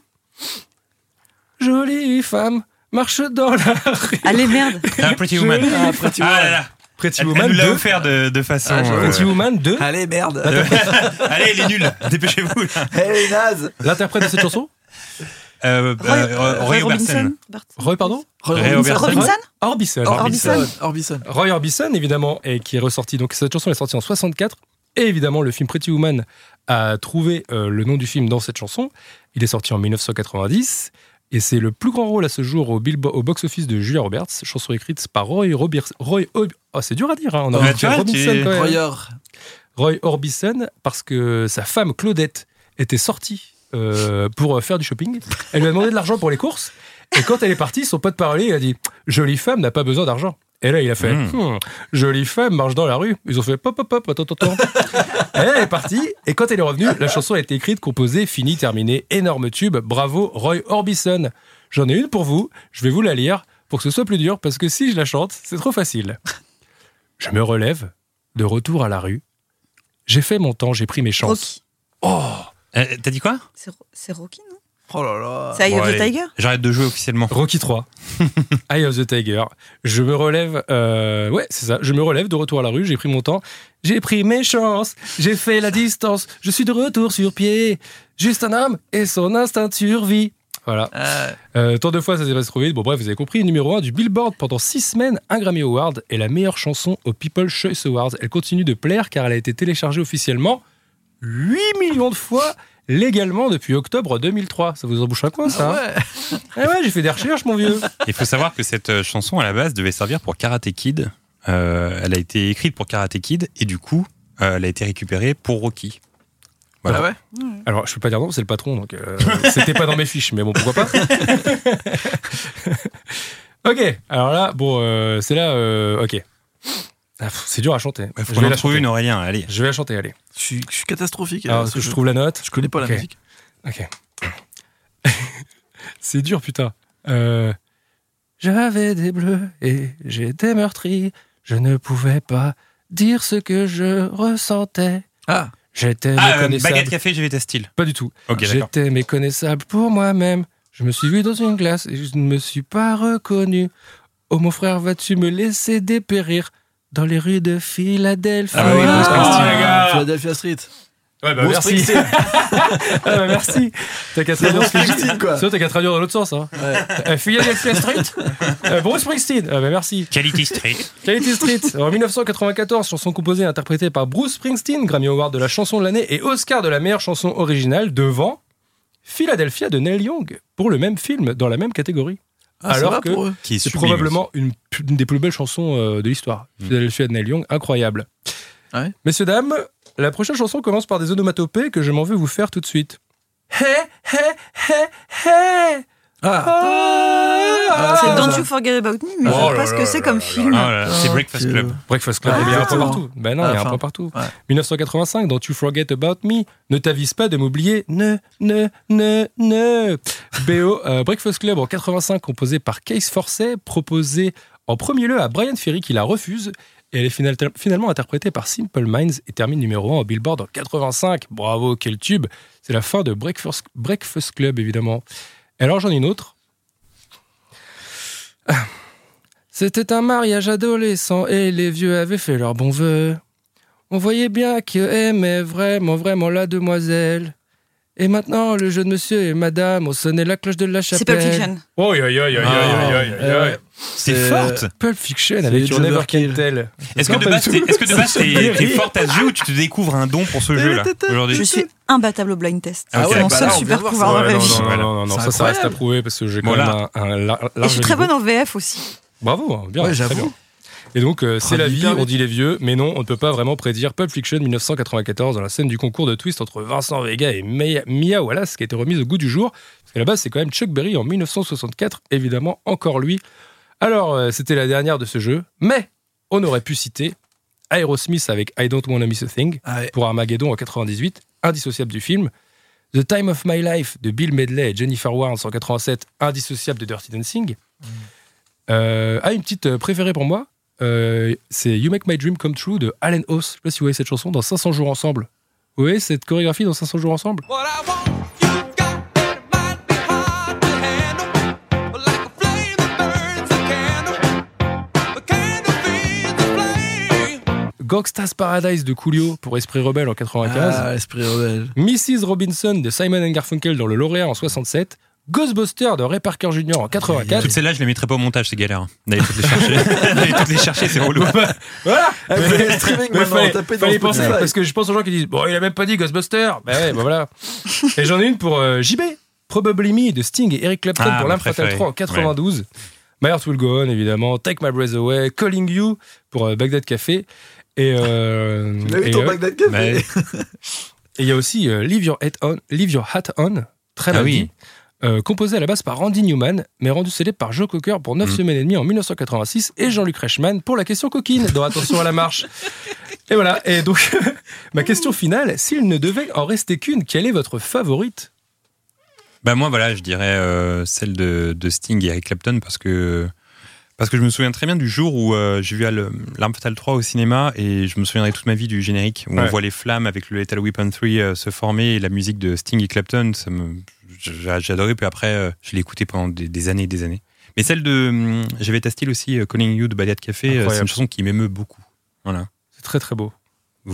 Jolie femme marche dans la rue. Allez, merde. Ah, Pretty Woman. Jolie Ah, Pretty Ah Woman. là là. Pretty Elle, elle Woman nous l'a deux. offert de, de façon. Ah, je- euh, Pretty Woman deux. Allez, merde. Allez, les nuls, dépêchez-vous. Là. Hey, naze. L'interprète de cette chanson Euh, Roy, euh, Roy, Roy Orbison. Bart- Roy, pardon Roy Ray Orbison. Orbison. Robinson Orbison. Orbison. Orbison. Roy Orbison, évidemment, et qui est ressorti. Donc, cette chanson est sortie en soixante-quatre. Et évidemment, le film Pretty Woman a trouvé euh, le nom du film dans cette chanson. Il est sorti en dix-neuf cent quatre-vingt-dix. Et c'est le plus grand rôle à ce jour au, Bilbo- au box-office de Julia Roberts, chanson écrite par Roy Roberts. Roy, oh, c'est dur à dire, hein, on a Ouais, dit tu vois, Robinson tu- quand même. Royer. Roy Orbison parce que sa femme Claudette était sortie euh, pour faire du shopping. Elle lui a demandé de l'argent pour les courses. Et quand elle est partie, son pote parlé, il a dit « Jolie femme n'a pas besoin d'argent ». Et là, il a fait mmh. hm, « Jolie femme marche dans la rue ». Ils ont fait « Pop, pop, pop, attends, attends, attends ». Et elle est partie. Et quand elle est revenue, la chanson a été écrite, composée, finie, terminée. Énorme tube. Bravo, Roy Orbison. J'en ai une pour vous. Je vais vous la lire pour que ce soit plus dur, parce que si je la chante, c'est trop facile. Je me relève, de retour à la rue. J'ai fait mon temps, j'ai pris mes chances. Rocky. Oh euh, T'as dit quoi? C'est, c'est Rocky, non? Oh là là. C'est Eye Bon, of the allez, Tiger? J'arrête de jouer officiellement. Rocky trois. Eye of the Tiger. Je me relève... Euh, ouais, c'est ça. Je me relève de retour à la rue, j'ai pris mon temps. J'ai pris mes chances, j'ai fait la distance. Je suis de retour sur pied. Juste un homme et son instinct de survie. Voilà. Euh... Euh, tant de fois, ça s'est passé trop vite. Bon, bref, vous avez compris. Numéro un du Billboard pendant six semaines, un Grammy Award et la meilleure chanson aux People's Choice Awards. Elle continue de plaire car elle a été téléchargée officiellement huit millions de fois légalement depuis octobre deux mille trois. Ça vous embouche un coin, ça? Ah ouais. Eh ouais, j'ai fait des recherches, mon vieux. Il faut savoir que cette chanson, à la base, devait servir pour Karate Kid. Euh, elle a été écrite pour Karate Kid et du coup, euh, elle a été récupérée pour Rocky. Voilà. Ah ouais. Alors, je peux pas dire non, c'est le patron, donc euh, c'était pas dans mes fiches, mais bon, pourquoi pas. Ok, alors là, bon, euh, c'est là, euh, ok. Ah, pff, c'est dur à chanter. Il faut je vais en la trouver chanter. une, Aurélien, allez. Je vais la chanter, allez. Je suis, je suis catastrophique. Alors, euh, est-ce que ce je jeu. trouve la note? Je connais pas Ok. la musique. Ok. C'est dur, putain. Euh, J'avais des bleus et j'étais meurtri. Je ne pouvais pas dire ce que je ressentais. Ah. J'étais Ah, euh, méconnaissable. baguette café, je vais ta style. Pas du tout. Ok, d'accord. J'étais méconnaissable pour moi-même. Je me suis vu dans une glace et je ne me suis pas reconnu. Oh mon frère, vas-tu me laisser dépérir dans les rues de Philadelphie? Ah bah oui, Bruce Springsteen, Ah, les gars. Philadelphia Street. Ouais, bah Bruce merci. Springsteen. Ah bah merci. T'as qu'à traduire ce que je dis. Springsteen, quoi. Sinon, t'as qu'à traduire dans l'autre sens. Hein. Ouais. Euh, Philadelphia Street. Euh, Bruce Springsteen. Ah bah merci. Quality Street. Quality Street. En dix-neuf cent quatre-vingt-quatorze, chanson composée et interprétée par Bruce Springsteen, Grammy Award de la chanson de l'année et Oscar de la meilleure chanson originale devant Philadelphia de Neil Young pour le même film dans la même catégorie. Ah, ça Alors va que pour eux. Qui est c'est sublime probablement une, une des plus belles chansons euh, de l'histoire. Mm. Philadelphia de Neil Young, incroyable. Ouais. Messieurs, dames, la prochaine chanson commence par des onomatopées que je m'en vais vous faire tout de suite. Hé, hé, hé, hé. Ah. Ah, C'est Ah, Don't ça. You Forget About Me, mais Oh je sais là pas ce là que c'est là comme là film. Oh là là, c'est Oh, Breakfast que- Club. Breakfast Club, Ah, il y a un point exactement. partout. Ben non, À il y la a un fin. point partout. Ouais. dix-neuf cent quatre-vingt-cinq, Don't You Forget About Me. Ne t'avise pas de m'oublier. Ne, ne, ne, ne. B O, euh, Breakfast Club en quatre-vingt-cinq, composé par Case Forsey, proposé en premier lieu à Brian Ferry, qui la refuse. Et elle est final- finalement interprétée par Simple Minds et termine numéro un au Billboard en quatre-vingt-cinq. Bravo, quel tube. C'est la fin de Breakfast, Breakfast Club, évidemment. Et alors, j'en ai une autre. Ah. C'était un mariage adolescent et les vieux avaient fait leurs bons vœux. On voyait bien qu'ils aimaient vraiment, vraiment la demoiselle. Et maintenant, le jeune monsieur et madame ont sonné la cloche de la chapelle. C'est Pulp Fiction. Oh, aïe, aïe, aïe, aïe, aïe, aïe, aïe, aïe. C'est C'est- forte. Pulp Fiction C'est avec Your Joe Never Can Overkill. Tell. Est-ce que Non, de pas base, du t'es, tout. est-ce que de base, Ça t'es, me fait t'es rire. forte à ce jeu ou tu te découvres un don pour ce jeu-là aujourd'hui? Je suis imbattable au blind test. Ah c'est ouais, mon bah seul là, on super vient de pouvoir dans Ouais, ma non, vie. non, Voilà. non, non, non, C'est ça, ça reste à incroyable. prouver parce que j'ai quand Voilà. même un, un lar- Et large je suis très niveau. bonne en V F aussi. Bravo, hein, bien. Ouais, très j'avoue. bien. Et donc, euh, c'est Oh, la vie, hyper on vite. dit les vieux, mais non, on ne peut pas vraiment prédire Pulp Fiction dix-neuf cent quatre-vingt-quatorze dans la scène du concours de twist entre Vincent Vega et Mia, Mia Wallace qui a été remise au goût du jour. Parce qu'à la base, c'est quand même Chuck Berry en dix-neuf cent soixante-quatre, évidemment, encore lui. Alors, euh, c'était la dernière de ce jeu, mais on aurait pu citer Aerosmith avec I Don't Wanna Miss a Thing Ah ouais. pour Armageddon en quatre-vingt-dix-huit, indissociable du film. The Time of My Life de Bill Medley et Jennifer Warnes en quatre-vingt-sept, indissociable de Dirty Dancing. Euh, ah, une petite euh, préférée pour moi, euh, c'est You Make My Dream Come True de Allen Hawes. Je sais pas si vous voyez cette chanson dans cinq cents jours ensemble. Vous voyez cette chorégraphie dans cinq cents jours ensemble? What I want, you got, and it might be hard to handle. But like a flame that burns a candle, the candle feeds the flame. Gangsta's Paradise de Coolio pour Esprit Rebelle en quatre-vingt-quinze. Ah, Esprit Rebelle. missus Robinson de Simon and Garfunkel dans Le Lauréat en soixante-sept. Ghostbusters de Ray Parker junior en quatre-vingt-quatre. Toutes celles-là, je les mettrais pas au montage, c'est galère. D'aller toutes les chercher. D'aller toutes les chercher, c'est relou. Voilà. Ah, vous avez le streaming Mais maintenant, fallait, tapez dans fallait Spotify. penser parce que je pense aux gens qui disent bon, il a même pas dit Ghostbusters. Ben ouais, ben voilà. Et j'en ai une pour euh, J B, Probably Me de Sting et Eric Clapton Ah, pour ma L'Arme Fatale préférée. trois en quatre-vingt-douze. My Heart Will Go On évidemment, Take My Breath Away, Calling You pour euh, Baghdad Café Et euh, Tu l'as vu et, ton euh, Bagdad Café Ouais. et il y a aussi euh, Leave Your Hat On, Leave Your Hat On, très Ah mal oui. dit, euh, composé à la base par Randy Newman, mais rendu célèbre par Joe Cocker pour neuf Mm. semaines et demie en dix-neuf cent quatre-vingt-six et Jean-Luc Reichmann pour la question coquine dans Attention à la marche. Et voilà. Et donc, ma question finale, s'il ne devait en rester qu'une, quelle est votre favorite? Bah moi voilà, je dirais euh, celle de, de Sting et Eric Clapton parce que parce que je me souviens très bien du jour où euh, j'ai vu le- L'Arme Fatale trois au cinéma et je me souviendrai toute ma vie du générique où on Ouais. voit les flammes avec le Lethal Weapon trois euh, se former et la musique de Sting et Clapton, ça me j'ai j'ai adoré, puis après euh, je l'ai écouté pendant des, des années et des années. Mais celle de hum, j'avais ta style aussi euh, Calling You de Bagdad Café, euh, c'est Incroyable. une chanson qui m'émeut beaucoup. Voilà. C'est très très beau.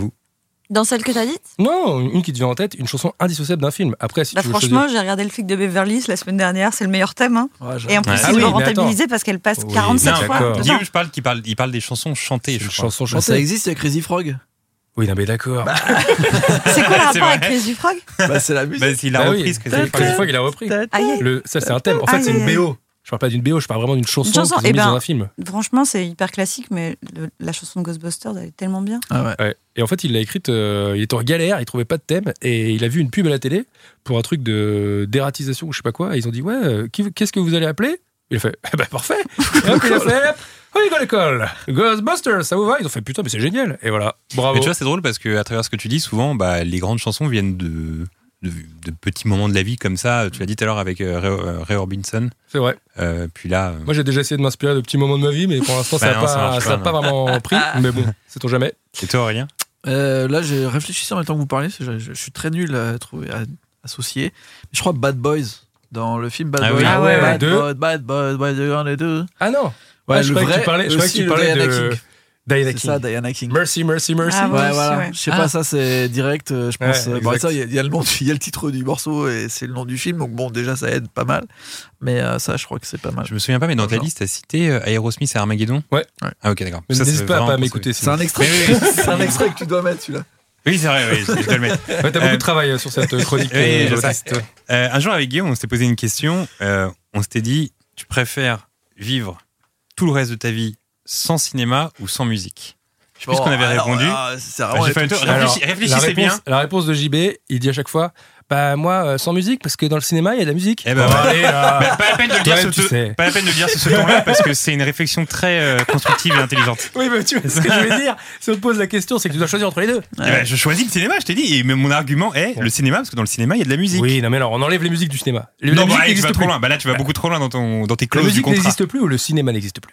Dans celle que t'as dite Non, une qui te vient en tête, une chanson indissociable d'un film. Après, si Bah, tu veux franchement, choisir... j'ai regardé le flic de Beverly Hills la semaine dernière, c'est le meilleur thème. Hein. Ouais, j'avoue. Et en plus, Ouais. ils Ah oui, l'ont mais rentabilisé parce qu'elle passe Oui, quarante-sept non, fois. d'accord. dedans. Guillaume, je parle qui parle il parle des chansons chantées, C'est je une crois. chanson Bah, chantée. ça existe, il y a Crazy Frog. Oui, non mais d'accord. C'est quoi le C'est rapport avec vrai. Crazy Frog Bah, c'est la musique. Bah, il a Ah oui. repris ce que C'est c'est une fois qu'il a repris. Aïe. Le, ça, c'est un thème. En fait, Aïe, c'est une aïe, B O. Je parle pas d'une B O, je parle vraiment d'une chanson, Une chanson, qu'ils ont eh mise ben, dans un film. Franchement, c'est hyper classique, mais le- la chanson de Ghostbusters, elle est tellement bien. Ah ouais. Ouais. Et en fait, il l'a écrite, euh, il était en galère, il trouvait pas de thème, et il a vu une pub à la télé pour un truc de dératisation ou je sais pas quoi, et ils ont dit, ouais, euh, qui- qu'est-ce que vous allez appeler? Il a fait, eh ben parfait. Et hop, il a fait, hop, oh, il l'école. Ghostbusters, ça vous va? Ils ont fait, putain, mais c'est génial. Et voilà, bravo. Mais tu vois, c'est drôle parce que à travers ce que tu dis, souvent, bah, les grandes chansons viennent de, de, de petits moments de la vie comme ça. Tu l'as dit tout à l'heure avec euh, Ray, euh, Ray Orbison. C'est vrai. Euh, puis là, euh, Moi, j'ai déjà essayé de m'inspirer de petits moments de ma vie, mais pour l'instant, ça Bah n'a non, ça pas, marche ça a pas, pas non. vraiment pris. Mais bon, sait-on jamais. et toi, Aurélien? Euh, là, j'ai réfléchi en même temps que vous parlez. Je, je- je suis très nul à trouver, à associer. Je crois Bad Boys dans le film Bad Ah Boys. oui. Ah ouais, Bad deux. Boys, Bad Boys, what you gonna do? Ah non. Ouais, Ah, je le croyais que vrai. tu parlais, je croyais que aussi, tu le parlais Diana de King. Diana C'est King. ça, Diana King. Mercy, mercy, mercy. Ah, moi Ouais, aussi, voilà. ouais. Je sais Ah. pas, ça c'est direct. euh, Je pense. Ouais, euh, bon, exact. ça, il y, a- il y a le nom, il y a le titre du morceau et c'est le nom du film. Donc bon, déjà ça aide pas mal. Mais euh, ça, je crois que c'est pas mal. Je me souviens pas, mais dans ta Genre. liste, t'as cité euh, Aerosmith et Armageddon. Ouais. Ouais. Ah, ok, d'accord. Mais Ça, n'hésite c'est pas à vraiment pas pour m'écouter. C'est un extrait. Oui, oui. C'est un extrait que tu dois mettre celui-là. Oui, c'est vrai, oui, je, je dois le mettre. Ouais, t'as beaucoup Euh, de travail sur cette chronique. oui, euh, je Baptiste. sais. Euh, un jour avec Guillaume, on s'était posé une question. Euh, on s'était dit, tu préfères vivre tout le reste de ta vie sans cinéma ou sans musique? Je sais plus ce qu'on avait alors, répondu. alors, c'est Bah, vraiment j'ai les fait un trucs tour. chiants. Réfléchis- la réfléchissez réponse, bien. La réponse de J B, il dit à chaque fois, bah moi euh, sans musique parce que dans le cinéma il y a de la musique. Eh ben, Bon, ouais. allez, là. Bah, pas la peine de le dire, Toi-même, sur tu ce- sais. pas la peine de le dire sur ce ton-là parce que c'est une réflexion très euh, constructive et intelligente. Oui, mais tu vois ce que je veux dire. Si on te pose la question, c'est que tu dois choisir entre les deux. Eh ben, je choisis le cinéma, je t'ai dit. Et même mon argument est le cinéma parce que dans le cinéma il y a de la musique. Oui, non mais alors on enlève les musiques du cinéma. La Non, musique bah, allez, tu vas n'existe trop plus. loin. Bah là, tu vas beaucoup trop loin dans, ton, dans tes La clauses du musique contrat. n'existe plus ou le cinéma n'existe plus?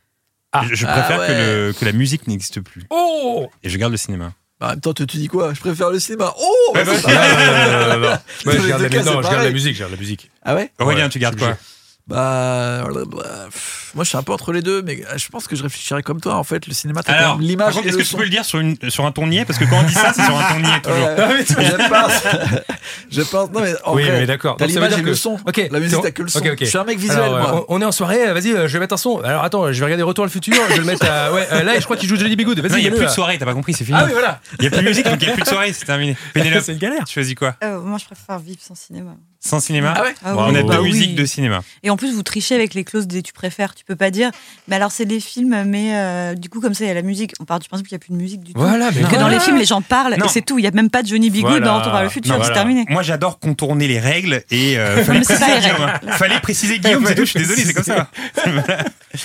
Ah. Je, je Ah préfère ouais. que, le- que la musique n'existe plus. Oh. Et je garde le cinéma. Bah, en même temps, tu, tu dis quoi? Je préfère le cinéma. Oh Ouais, bah, ouais. c'est pas mal. non, non, non, non. Moi, Dans je les garde deux la, cas, non, c'est je garde la pareil. musique, je garde la musique. Ah ouais? Aurélien, Ouais, tu gardes c'est quoi? Bah, blablabla. Pff, moi je suis un peu entre les deux, mais je pense que je réfléchirais comme toi. En fait, le cinéma, t'as quand Alors, même par l'image. contre, et est-ce le que tu son. peux le dire sur, une, sur un ton niais? Parce que quand on dit ça, c'est sur un ton niais toujours. Ouais. Je pense. Je pense. Non, mais en Oui, vrai, mais d'accord. T'as Donc, ça veut l'image dire et le que- son. Ok, La musique, c'est t'as que le son. bon. Ok, ok. Je suis un mec visuel, Alors, euh, moi. on on est en soirée, euh, vas-y, euh, je vais mettre un son. Alors attends, je vais regarder Retour à le futur, je vais le mettre à. Ouais, euh, là, je crois qu'il joue Johnny B. Good. Non, Vas-y, il n'y a mets-le, plus de là. soirée, t'as pas compris, c'est fini. Ah oui, voilà. Il n'y a plus de musique, donc il n'y a plus de soirée, c'est terminé. Pénélope, C'est une galère. tu choisis quoi? Euh, moi, je préfère vivre sans cinéma. Sans cinéma? Ah ouais? Ah On oui, a bah deux oui. musiques de cinéma. Et en plus, vous trichez avec les clauses des tu préfères. Tu peux pas dire, mais alors c'est des films, mais euh, du coup, comme ça, il y a la musique. On part du principe qu'il n'y a plus de musique du tout. Voilà, mais Parce que dans voilà. les films, les gens parlent Non. et c'est tout. Il n'y a même pas de Johnny B. Good Voilà. dans Retour vers le futur, Non, c'est voilà. terminé. Moi, j'adore contourner les règles et euh, fallait, mais c'est préciser pas les Guillaume, règles. hein. Fallait préciser Guillaume, c'est tout, je suis désolé, c'est comme ça. Voilà.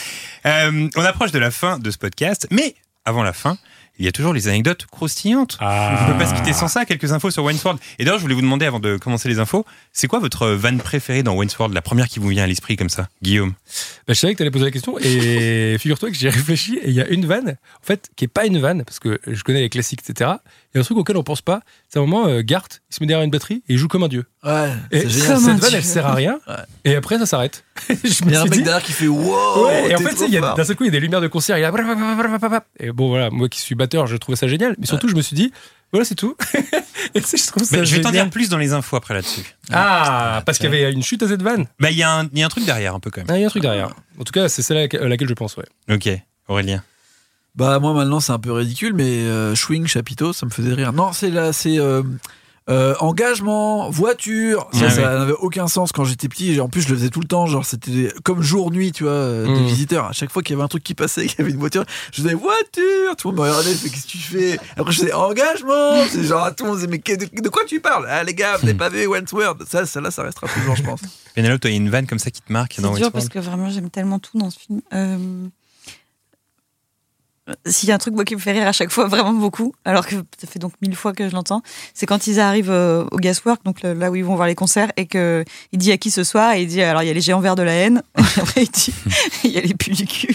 Euh, on approche de la fin de ce podcast, mais avant la fin, il y a toujours les anecdotes croustillantes. Ah. On ne peut pas se quitter sans ça, quelques infos sur Wayne's World. Et d'ailleurs, je voulais vous demander, avant de commencer les infos, c'est quoi votre vanne préférée dans Wayne's World, la première qui vous vient à l'esprit comme ça, Guillaume? Bah, je savais que tu allais poser la question et figure-toi que j'y ai réfléchi et il y a une vanne, en fait, qui est pas une vanne, parce que je connais les classiques, et cetera. Il y a un truc auquel on pense pas. C'est un moment, euh, Garth, il se met derrière une batterie et il joue comme un dieu. Ouais, Et c'est cette génial. Comment vanne, tu elle veux sert à rien. Ouais. Et après, ça s'arrête. je me Il y a un suis mec dit. derrière qui fait wow. Ouais, et en t'es fait, tu sais, trop il y a- fort. d'un seul coup, il y a des lumières de concert. Il y a. Et bon, voilà, moi qui suis batteur, je trouvais ça génial. Mais surtout, je me suis dit, voilà, c'est tout. Et tu sais, je trouve ça Mais je vais t'en génial. dire plus dans les infos après là-dessus. Ah, parce qu'il y avait une chute à cette vanne. Bah, il y, a un- il y a un truc derrière un peu quand même. Ah, il y a un truc derrière. En tout cas, c'est celle à laquelle je pense, ouais. Ok, Aurélien. Bah moi maintenant c'est un peu ridicule, mais euh, Schwing Chapiteau, ça me faisait rire. Non, c'est là, c'est euh, Euh, engagement, voiture, ça, Ouais, ça ouais. n'avait aucun sens quand j'étais petit. En plus, je le faisais tout le temps. Genre, c'était comme jour-nuit, tu vois, euh, des Mmh. visiteurs. À chaque fois qu'il y avait un truc qui passait, qu'il y avait une voiture, je disais voiture. Tout le monde me regardait, fait qu'est-ce que tu fais? Après, je disais engagement. C'est genre, tout le monde disait, mais que- de, de quoi tu parles? Ah, les gars, vous n'avez pas vu Wentworth? Ça, ça, là, ça restera toujours, je pense. Pénélope, toi, il y a une vanne comme ça qui te marque C'est dans dur Westworld parce que vraiment j'aime tellement tout dans ce film. Euh, S'il y a un truc moi, qui me fait rire à chaque fois vraiment beaucoup, alors que ça fait donc mille fois que je l'entends, c'est quand ils arrivent euh, au Gaswork, donc le- là où ils vont voir les concerts, et que il dit à qui ce soir, et il dit alors il y a les géants verts de la haine, et après il dit il y a les pus du cul.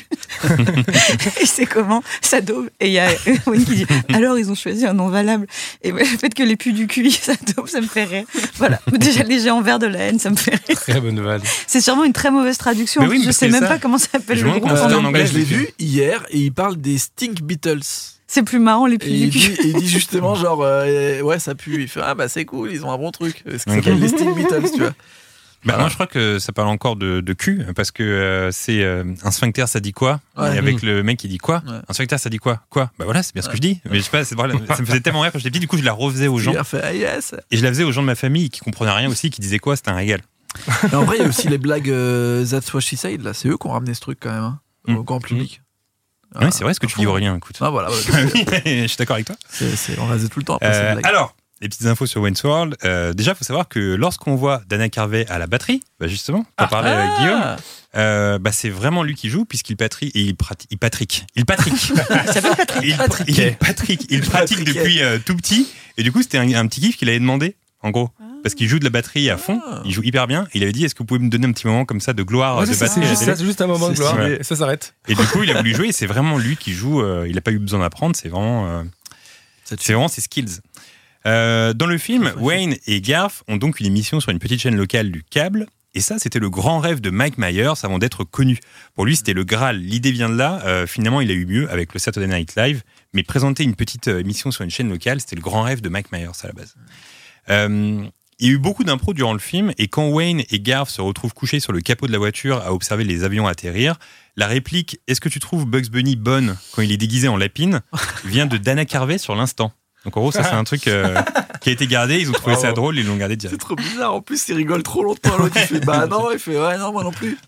Et c'est comment ça daube. Et il y a Wayne qui dit alors ils ont choisi un nom valable. Et le fait que les pus du cul ça daube, ça me fait rire. Voilà. Mais déjà les géants verts de la haine, ça me fait rire. Très bonne vanne. C'est sûrement une très mauvaise traduction. Mais En oui, plus, je parce sais que même ça- pas comment ça s'appelle je le me groupe. demande comment c'était en Là, anglais, je l'ai je l'ai vu hier et il parle des Stink Beatles. C'est plus marrant les Et pus il du dit, cul. il dit justement genre euh, ouais ça pue. Il fait ah bah c'est cool, ils ont un bon truc. Ce qui Ok. s'appelle les Stink Beatles, tu vois. Bah Voilà. non, je crois que ça parle encore de, de cul, parce que euh, c'est euh, un sphincter, ça dit quoi? Ouais. Et avec le mec qui dit quoi? Ouais. Un sphincter, ça dit quoi? Quoi? Bah voilà, c'est bien ce que je dis. Mais je sais pas, c'est, voilà, ça me faisait tellement rire quand j'étais petit, du coup je la refaisais aux gens. Il a fait ah yes. Et je la faisais aux gens de ma famille qui comprenaient rien aussi, qui disaient quoi? C'était un régal. Et en vrai, il y a aussi les blagues euh, That's What She Said, là. C'est eux qui ont ramené ce truc quand même, hein, Mm. au grand public. Ah oui, c'est vrai ce que tu dis, Aurélien, écoute. Ah voilà, ouais, je suis d'accord avec toi. c'est, c'est, on rasait tout le temps après Euh, ces blagues. alors, les petites infos sur Wentworld. Euh, déjà, il faut savoir que lorsqu'on voit Dana Carvey à la batterie, bah justement, t'en Ah. parlais avec Ah. Guillaume, euh, bah c'est vraiment lui qui joue puisqu'il patrie et il pratique. Il patrick. Il patrick. Il s'appelle Patrick. il, Patrick. il patrick. Il pratique Patrick. depuis euh, tout petit. Et du coup, c'était un, un petit kiff qu'il avait demandé, en gros. Parce qu'il joue de la batterie à fond, Ah. il joue hyper bien. Et il avait dit, est-ce que vous pouvez me donner un petit moment comme ça de gloire Ouais, de c'est, batterie c'est à la juste, télé ça, c'est juste un moment de C'est gloire. stylé. Et ça s'arrête. Et du coup, il a voulu jouer et c'est vraiment lui qui joue. euh, il n'a pas eu besoin d'apprendre, c'est vraiment, euh, c'est vraiment ses skills. Euh, dans le film, Wayne et Garth ont donc une émission sur une petite chaîne locale du câble. Et ça, c'était le grand rêve de Mike Myers avant d'être connu. Pour lui, c'était le Graal. L'idée vient de là. Euh, finalement, il a eu mieux avec le Saturday Night Live. Mais présenter une petite euh, émission sur une chaîne locale, c'était le grand rêve de Mike Myers à la base. Euh, il y a eu beaucoup d'impro durant le film. Et quand Wayne et Garth se retrouvent couchés sur le capot de la voiture à observer les avions atterrir, la réplique « Est-ce que tu trouves Bugs Bunny bonne quand il est déguisé en lapine ?» vient de Dana Carvey sur l'instant. Donc en gros, ça c'est un truc euh, qui a été gardé. Ils ont trouvé ça Bravo. drôle, ils l'ont gardé C'est direct. trop bizarre. En plus, il rigole trop longtemps. L'autre, il fait bah non, il fait ouais, non, moi non plus.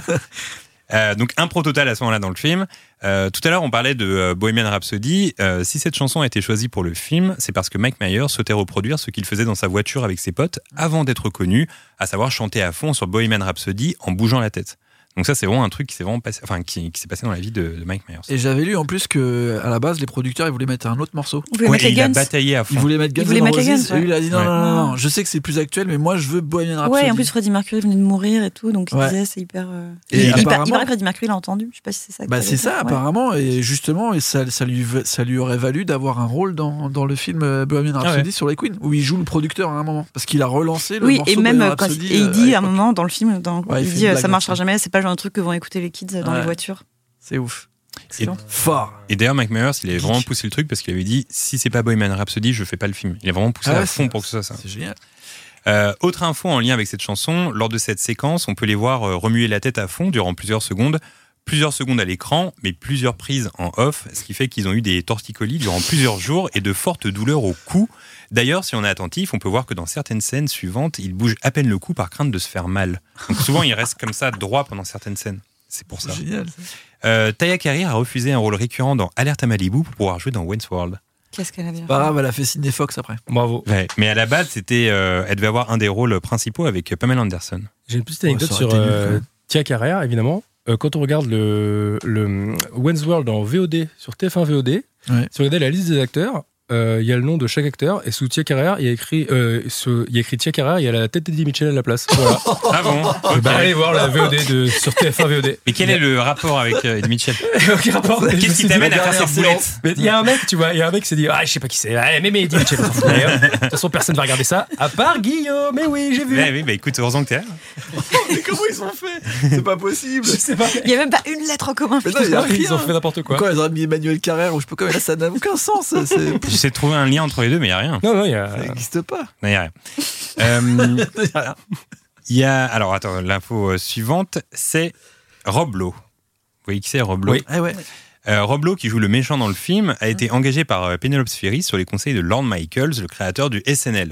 Euh, donc impro total à ce moment-là dans le film. Euh, tout à l'heure, on parlait de euh, Bohemian Rhapsody. Euh, si cette chanson a été choisie pour le film, c'est parce que Mike Myers souhaitait reproduire ce qu'il faisait dans sa voiture avec ses potes avant d'être connu, à savoir chanter à fond sur Bohemian Rhapsody en bougeant la tête. Donc ça, c'est vraiment un truc qui s'est vraiment passé, enfin qui, qui s'est passé dans la vie de, de Mike Myers. Et j'avais lu en plus que à la base, les producteurs ils voulaient mettre un autre morceau. Vous voulez Ouais, mettre et les il a Guns bataillé à fond. Ils voulaient mettre Guns Ils voulaient N' mettre les Roses. Guns, Et lui, il a dit non, ouais. non, non, non, je sais que c'est plus actuel, mais moi je veux Bohemian Rhapsody. Ouais, en plus Freddie Mercury venait de mourir et tout, donc il Ouais. disait c'est hyper. euh, Et il, il, apparemment- il paraît que Freddie Mercury l'a entendu. Je sais pas si c'est ça. que Bah t'avais c'est dit. ça Ouais. apparemment, et justement, et ça, ça, lui, ça lui aurait valu d'avoir un rôle dans, dans le film euh, Bohemian Rhapsody Ah ouais. sur les Queens, où il joue le producteur à un moment, parce qu'il a relancé le Oui, morceau et même Bohemian quand Rhapsody, et il euh, dit à un l'époque. moment dans le film, dans, Ouais, il il fait dit une euh, blague ça marchera là-dessus. jamais, c'est pas le genre de truc que vont écouter les kids dans Ouais. les voitures. C'est ouf. Et, Fort. et d'ailleurs, Mike Myers, il avait vraiment poussé le truc parce qu'il avait dit si c'est pas Bohemian Rhapsody, je fais pas le film. Il a vraiment poussé Ah à ouais, fond c'est- pour que ce soit ça. C'est génial. Euh, autre info en lien avec cette chanson, lors de cette séquence, on peut les voir euh, remuer la tête à fond durant plusieurs secondes, plusieurs secondes à l'écran, mais plusieurs prises en off, ce qui fait qu'ils ont eu des torticolis durant plusieurs jours et de fortes douleurs au cou. D'ailleurs, si on est attentif, on peut voir que dans certaines scènes suivantes, ils bougent à peine le cou par crainte de se faire mal. Donc souvent, ils restent comme ça droit pendant certaines scènes. C'est pour ça. C'est génial. ça. Euh, Taya Carey a refusé un rôle récurrent dans Alerte à Malibu pour pouvoir jouer dans Wentworld. Qu'est-ce qu'elle a bien Pas grave, elle a fait Sidney Fox après. Bravo. Ouais, mais à la base, c'était, euh, elle devait avoir un des rôles principaux avec Pamela Anderson. J'ai une petite anecdote Ouais, ça aurait sur été nul, quand euh, même. Tia Carrère, évidemment. Euh, quand on regarde le, le Wentworld en V O D sur T F un V O D, Ouais. si on regarde la liste des acteurs, euh, il y a le nom de chaque acteur et sous Tia Carrère, il y a écrit, euh, sous- il y a écrit Tia Carrère, il y a la tête d'Eddie Mitchell à la place. Voilà. Ah bon Euh, Ok. bah, allez voir la V O D de, sur T F un V O D. Mais quel est le rapport avec euh, Eddie Mitchell Aucun rapport. Qu'est-ce qui t'amène à faire cette boulette Mais il y a un mec, tu vois, il y a un mec qui s'est dit ah je sais pas qui c'est, ah, mais mais Eddie Mitchell. on s'en fout, d'ailleurs. De toute façon personne va regarder ça, à part Guillaume. Mais oui j'ai vu. Ouais, oui, bah écoute, heureusement que t'es là. Mais comment ils ont fait? C'est pas possible. Je sais pas. Il y a même pas une lettre en commun. Mais non, il y a Ils ont rien. fait n'importe quoi. Quoi, ils auraient mis Emmanuel Carrère ou je sais pas quoi, mais là ça n'a aucun sens. Ça, c'est- J'essaie de trouver un lien entre les deux, mais il n'y a rien. Non non il y a. ça n'existe pas. Non, y a rien. Euh, Il y a rien. Il y a, alors attends, l'info euh, suivante, c'est Rob Lowe. Vous voyez qui c'est, Rob Lowe Oui. Ah ouais. Euh, Rob Lowe, qui joue le méchant dans le film, a été engagé par euh, Penelope Spheris sur les conseils de Lorne Michaels, le créateur du S N L.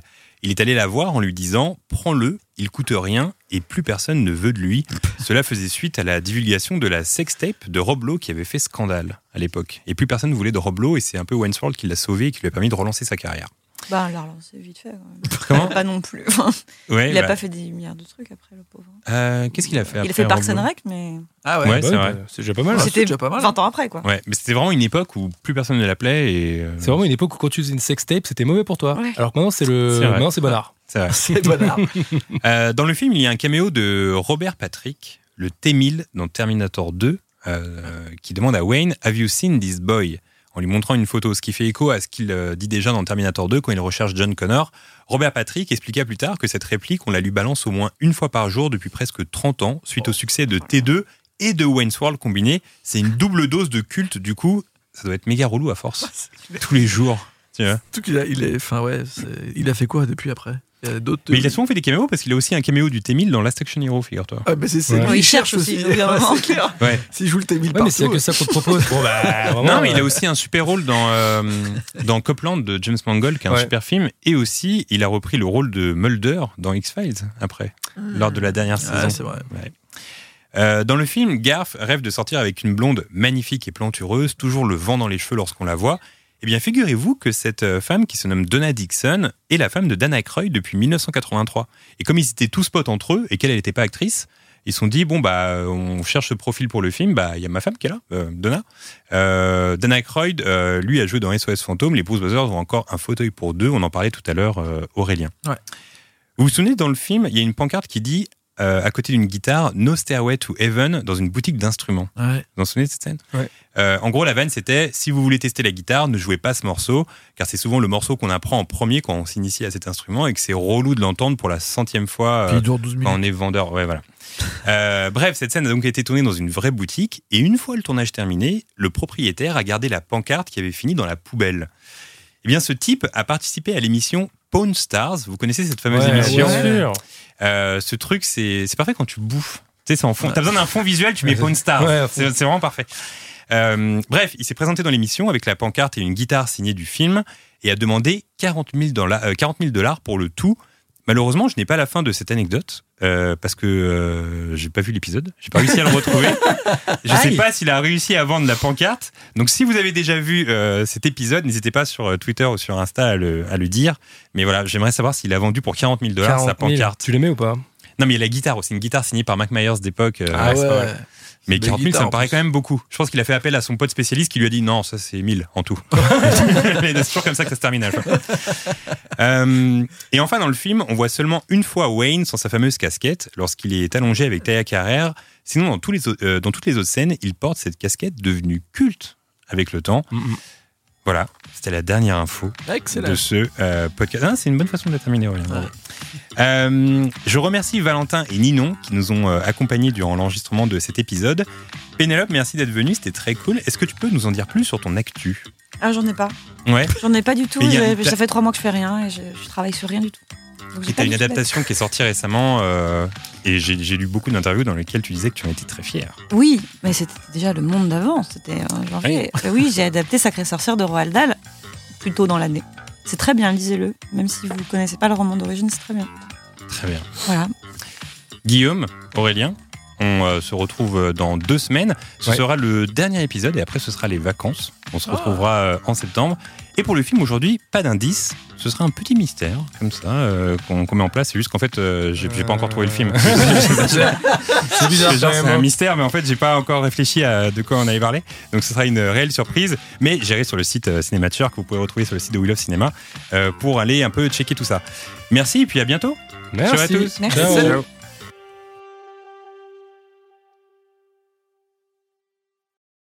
Il est allé la voir en lui disant « Prends-le, il coûte rien et plus personne ne veut de lui ». Cela faisait suite à la divulgation de la sextape de Rob Lowe qui avait fait scandale à l'époque. Et plus personne ne voulait de Rob Lowe et c'est un peu Wayne's World qui l'a sauvé et qui lui a permis de relancer sa carrière. Bah, on l'a relancé vite fait. Quand même. Comment ? Pas non plus. Ouais, il a bah, pas fait des milliards de trucs après, le pauvre. euh, Qu'est-ce qu'il a fait Il a après, fait Parks Rob and Lowe Rec, mais Ah Ouais, ouais, c'est Ouais, vrai. bah, c'est déjà pas mal. Ah, c'était c'est déjà pas mal. vingt ans après, quoi. Ouais, mais c'était vraiment une époque où plus personne ne l'appelait et... euh, C'est vraiment une époque où quand tu faisais une sextape, c'était mauvais pour toi. Ouais. Alors que maintenant, c'est le, C'est vrai. maintenant c'est bonnard. C'est vrai. C'est bonheur. Euh, dans le film, il y a un caméo de Robert Patrick, le T mille dans Terminator deux, euh, qui demande à Wayne « Have you seen this boy ?» en lui montrant une photo, ce qui fait écho à ce qu'il euh, dit déjà dans Terminator deux quand il recherche John Connor. Robert Patrick expliqua plus tard que cette réplique, on la lui balance au moins une fois par jour depuis presque trente ans, suite au succès de T deux et de Wayne's World combinés. C'est une double dose de culte, du coup, ça doit être méga relou à force. Tous les jours. Tu vois. Surtout qu'il a, il est, enfin ouais, c'est- il a fait quoi depuis après Il y a d'autres. Mais il a souvent fait des caméos parce qu'il a aussi un caméo du T mille dans Last Action Hero, figure-toi. Ah, mais c'est c'est Ouais. lui, Oui, il il cherche cherche aussi. aussi, évidemment. C'est clair. Ouais. S'il joue le T mille Ouais, partout. mais s'il y a que ça qu'on te propose. Bon, bah, vraiment, Non, mais il a euh, aussi un super rôle dans, euh, dans Copland de James Mangold, qui est un Ouais. super film. Et aussi, il a repris le rôle de Mulder dans X-Files, après, lors de la dernière Ah, saison. c'est vrai. Ouais. Euh, dans le film, Garth rêve de sortir avec une blonde magnifique et plantureuse, toujours le vent dans les cheveux lorsqu'on la voit. Eh bien, figurez-vous que cette euh, femme, qui se nomme Donna Dixon, est la femme de Dan Aykroyd depuis mille neuf cent quatre-vingt-trois. Et comme ils étaient tous potes entre eux et qu'elle n'était pas actrice, ils se sont dit, bon, bah, on cherche ce profil pour le film, bah, il y a ma femme qui est là, euh, Donna. Euh, Dan Aykroyd, euh, lui, a joué dans S O S Fantôme. Les Blues Brothers ont encore un fauteuil pour deux. On en parlait tout à l'heure, euh, Aurélien. Ouais. Vous vous souvenez, dans le film, il y a une pancarte qui dit, euh, à côté d'une guitare, No Stairway to Heaven, dans une boutique d'instruments. Ouais. Vous vous souvenez de cette scène ? Ouais. Euh, en gros, la vanne, c'était si vous voulez tester la guitare, ne jouez pas ce morceau, car c'est souvent le morceau qu'on apprend en premier quand on s'initie à cet instrument et que c'est relou de l'entendre pour la centième fois Puis euh, il dure douze quand minutes. on est vendeur. Ouais, voilà. Euh, bref, cette scène a donc été tournée dans une vraie boutique et une fois le tournage terminé, le propriétaire a gardé la pancarte qui avait fini dans la poubelle. Eh bien, ce type a participé à l'émission Pawn Stars. Vous connaissez cette fameuse ouais, émission bien sûr. Euh, Ce truc, c'est c'est parfait quand tu bouffes. Tu sais, c'est en fond. T'as besoin d'un fond visuel, tu mets Ouais, Pawn Stars. ouais, à fond. c'est c'est vraiment parfait. Euh, bref, il s'est présenté dans l'émission avec la pancarte et une guitare signée du film et a demandé quarante mille dollars pour le tout. Malheureusement, je n'ai pas la fin de cette anecdote euh, parce que euh, j'ai pas vu l'épisode, j'ai pas réussi à le retrouver. Je sais Aïe. pas s'il a réussi à vendre la pancarte. Donc, si vous avez déjà vu euh, cet épisode, n'hésitez pas sur Twitter ou sur Insta à le, à le dire. Mais voilà, j'aimerais savoir s'il a vendu pour quarante mille dollars sa quarante mille. pancarte. Tu l'aimais ou pas? Non, mais il y a la guitare aussi, une guitare signée par Mac Myers d'époque. euh, Ah c'est pas ouais. mal. Mais Belle quarante mille, ça guitare, me en paraît plus. quand même beaucoup. Je pense qu'il a fait appel à son pote spécialiste qui lui a dit non, ça c'est mille en tout. Mais c'est toujours comme ça que ça se termine à la fin. Euh, et enfin, dans le film, on voit seulement une fois Wayne sans sa fameuse casquette lorsqu'il est allongé avec Taya Carrère. Sinon, dans, tous les, au- euh, dans toutes les autres scènes, il porte cette casquette devenue culte avec le temps. Mm-mm. Voilà, c'était la dernière info Excellent. de ce euh, podcast. Ah, c'est une bonne façon de la terminer, Aurélien. Bravo. Euh, je remercie Valentin et Ninon qui nous ont euh, accompagnés durant l'enregistrement de cet épisode. Pénélope, merci d'être venue, c'était très cool. Est-ce que tu peux nous en dire plus sur ton actu ? Ah, j'en ai pas. Ouais. J'en ai pas du tout. Mais il y a- J'ai- Ça fait trois mois que je fais rien et je, je travaille sur rien du tout. Donc, j'ai Et pas t'as une du tout adaptation qui est sortie récemment euh, et j'ai j'ai lu beaucoup d'interviews dans lesquelles tu disais que tu en étais très fier. d'actu. Oui, mais c'était déjà le monde d'avant. C'était en janvier. Euh, Oui, j'ai adapté Sacré Sorcière de Roald Dahl plus tôt dans l'année. C'est très bien, lisez-le. Même si vous ne connaissez pas le roman d'origine, c'est très bien. Très bien. Voilà. Guillaume, Aurélien, on euh, se retrouve euh, dans deux semaines. Ce Ouais. sera le dernier épisode et après ce sera les vacances. On se retrouvera euh, en septembre. Et pour le film aujourd'hui, pas d'indice. Ce sera un petit mystère comme ça euh, qu'on qu'on met en place. C'est juste qu'en fait, euh, j'ai j'ai pas encore trouvé le film. C'est bizarre. C'est genre, quand c'est même, un hein. mystère, mais en fait, j'ai pas encore réfléchi à de quoi on allait parler. Donc, ce sera une réelle surprise. Mais j'irai sur le site euh, Cinémature que vous pouvez retrouver sur le site de We Love Cinéma euh, pour aller un peu checker tout ça. Merci et puis à bientôt. Merci. Ciao à tous. Merci. Ciao. Salut.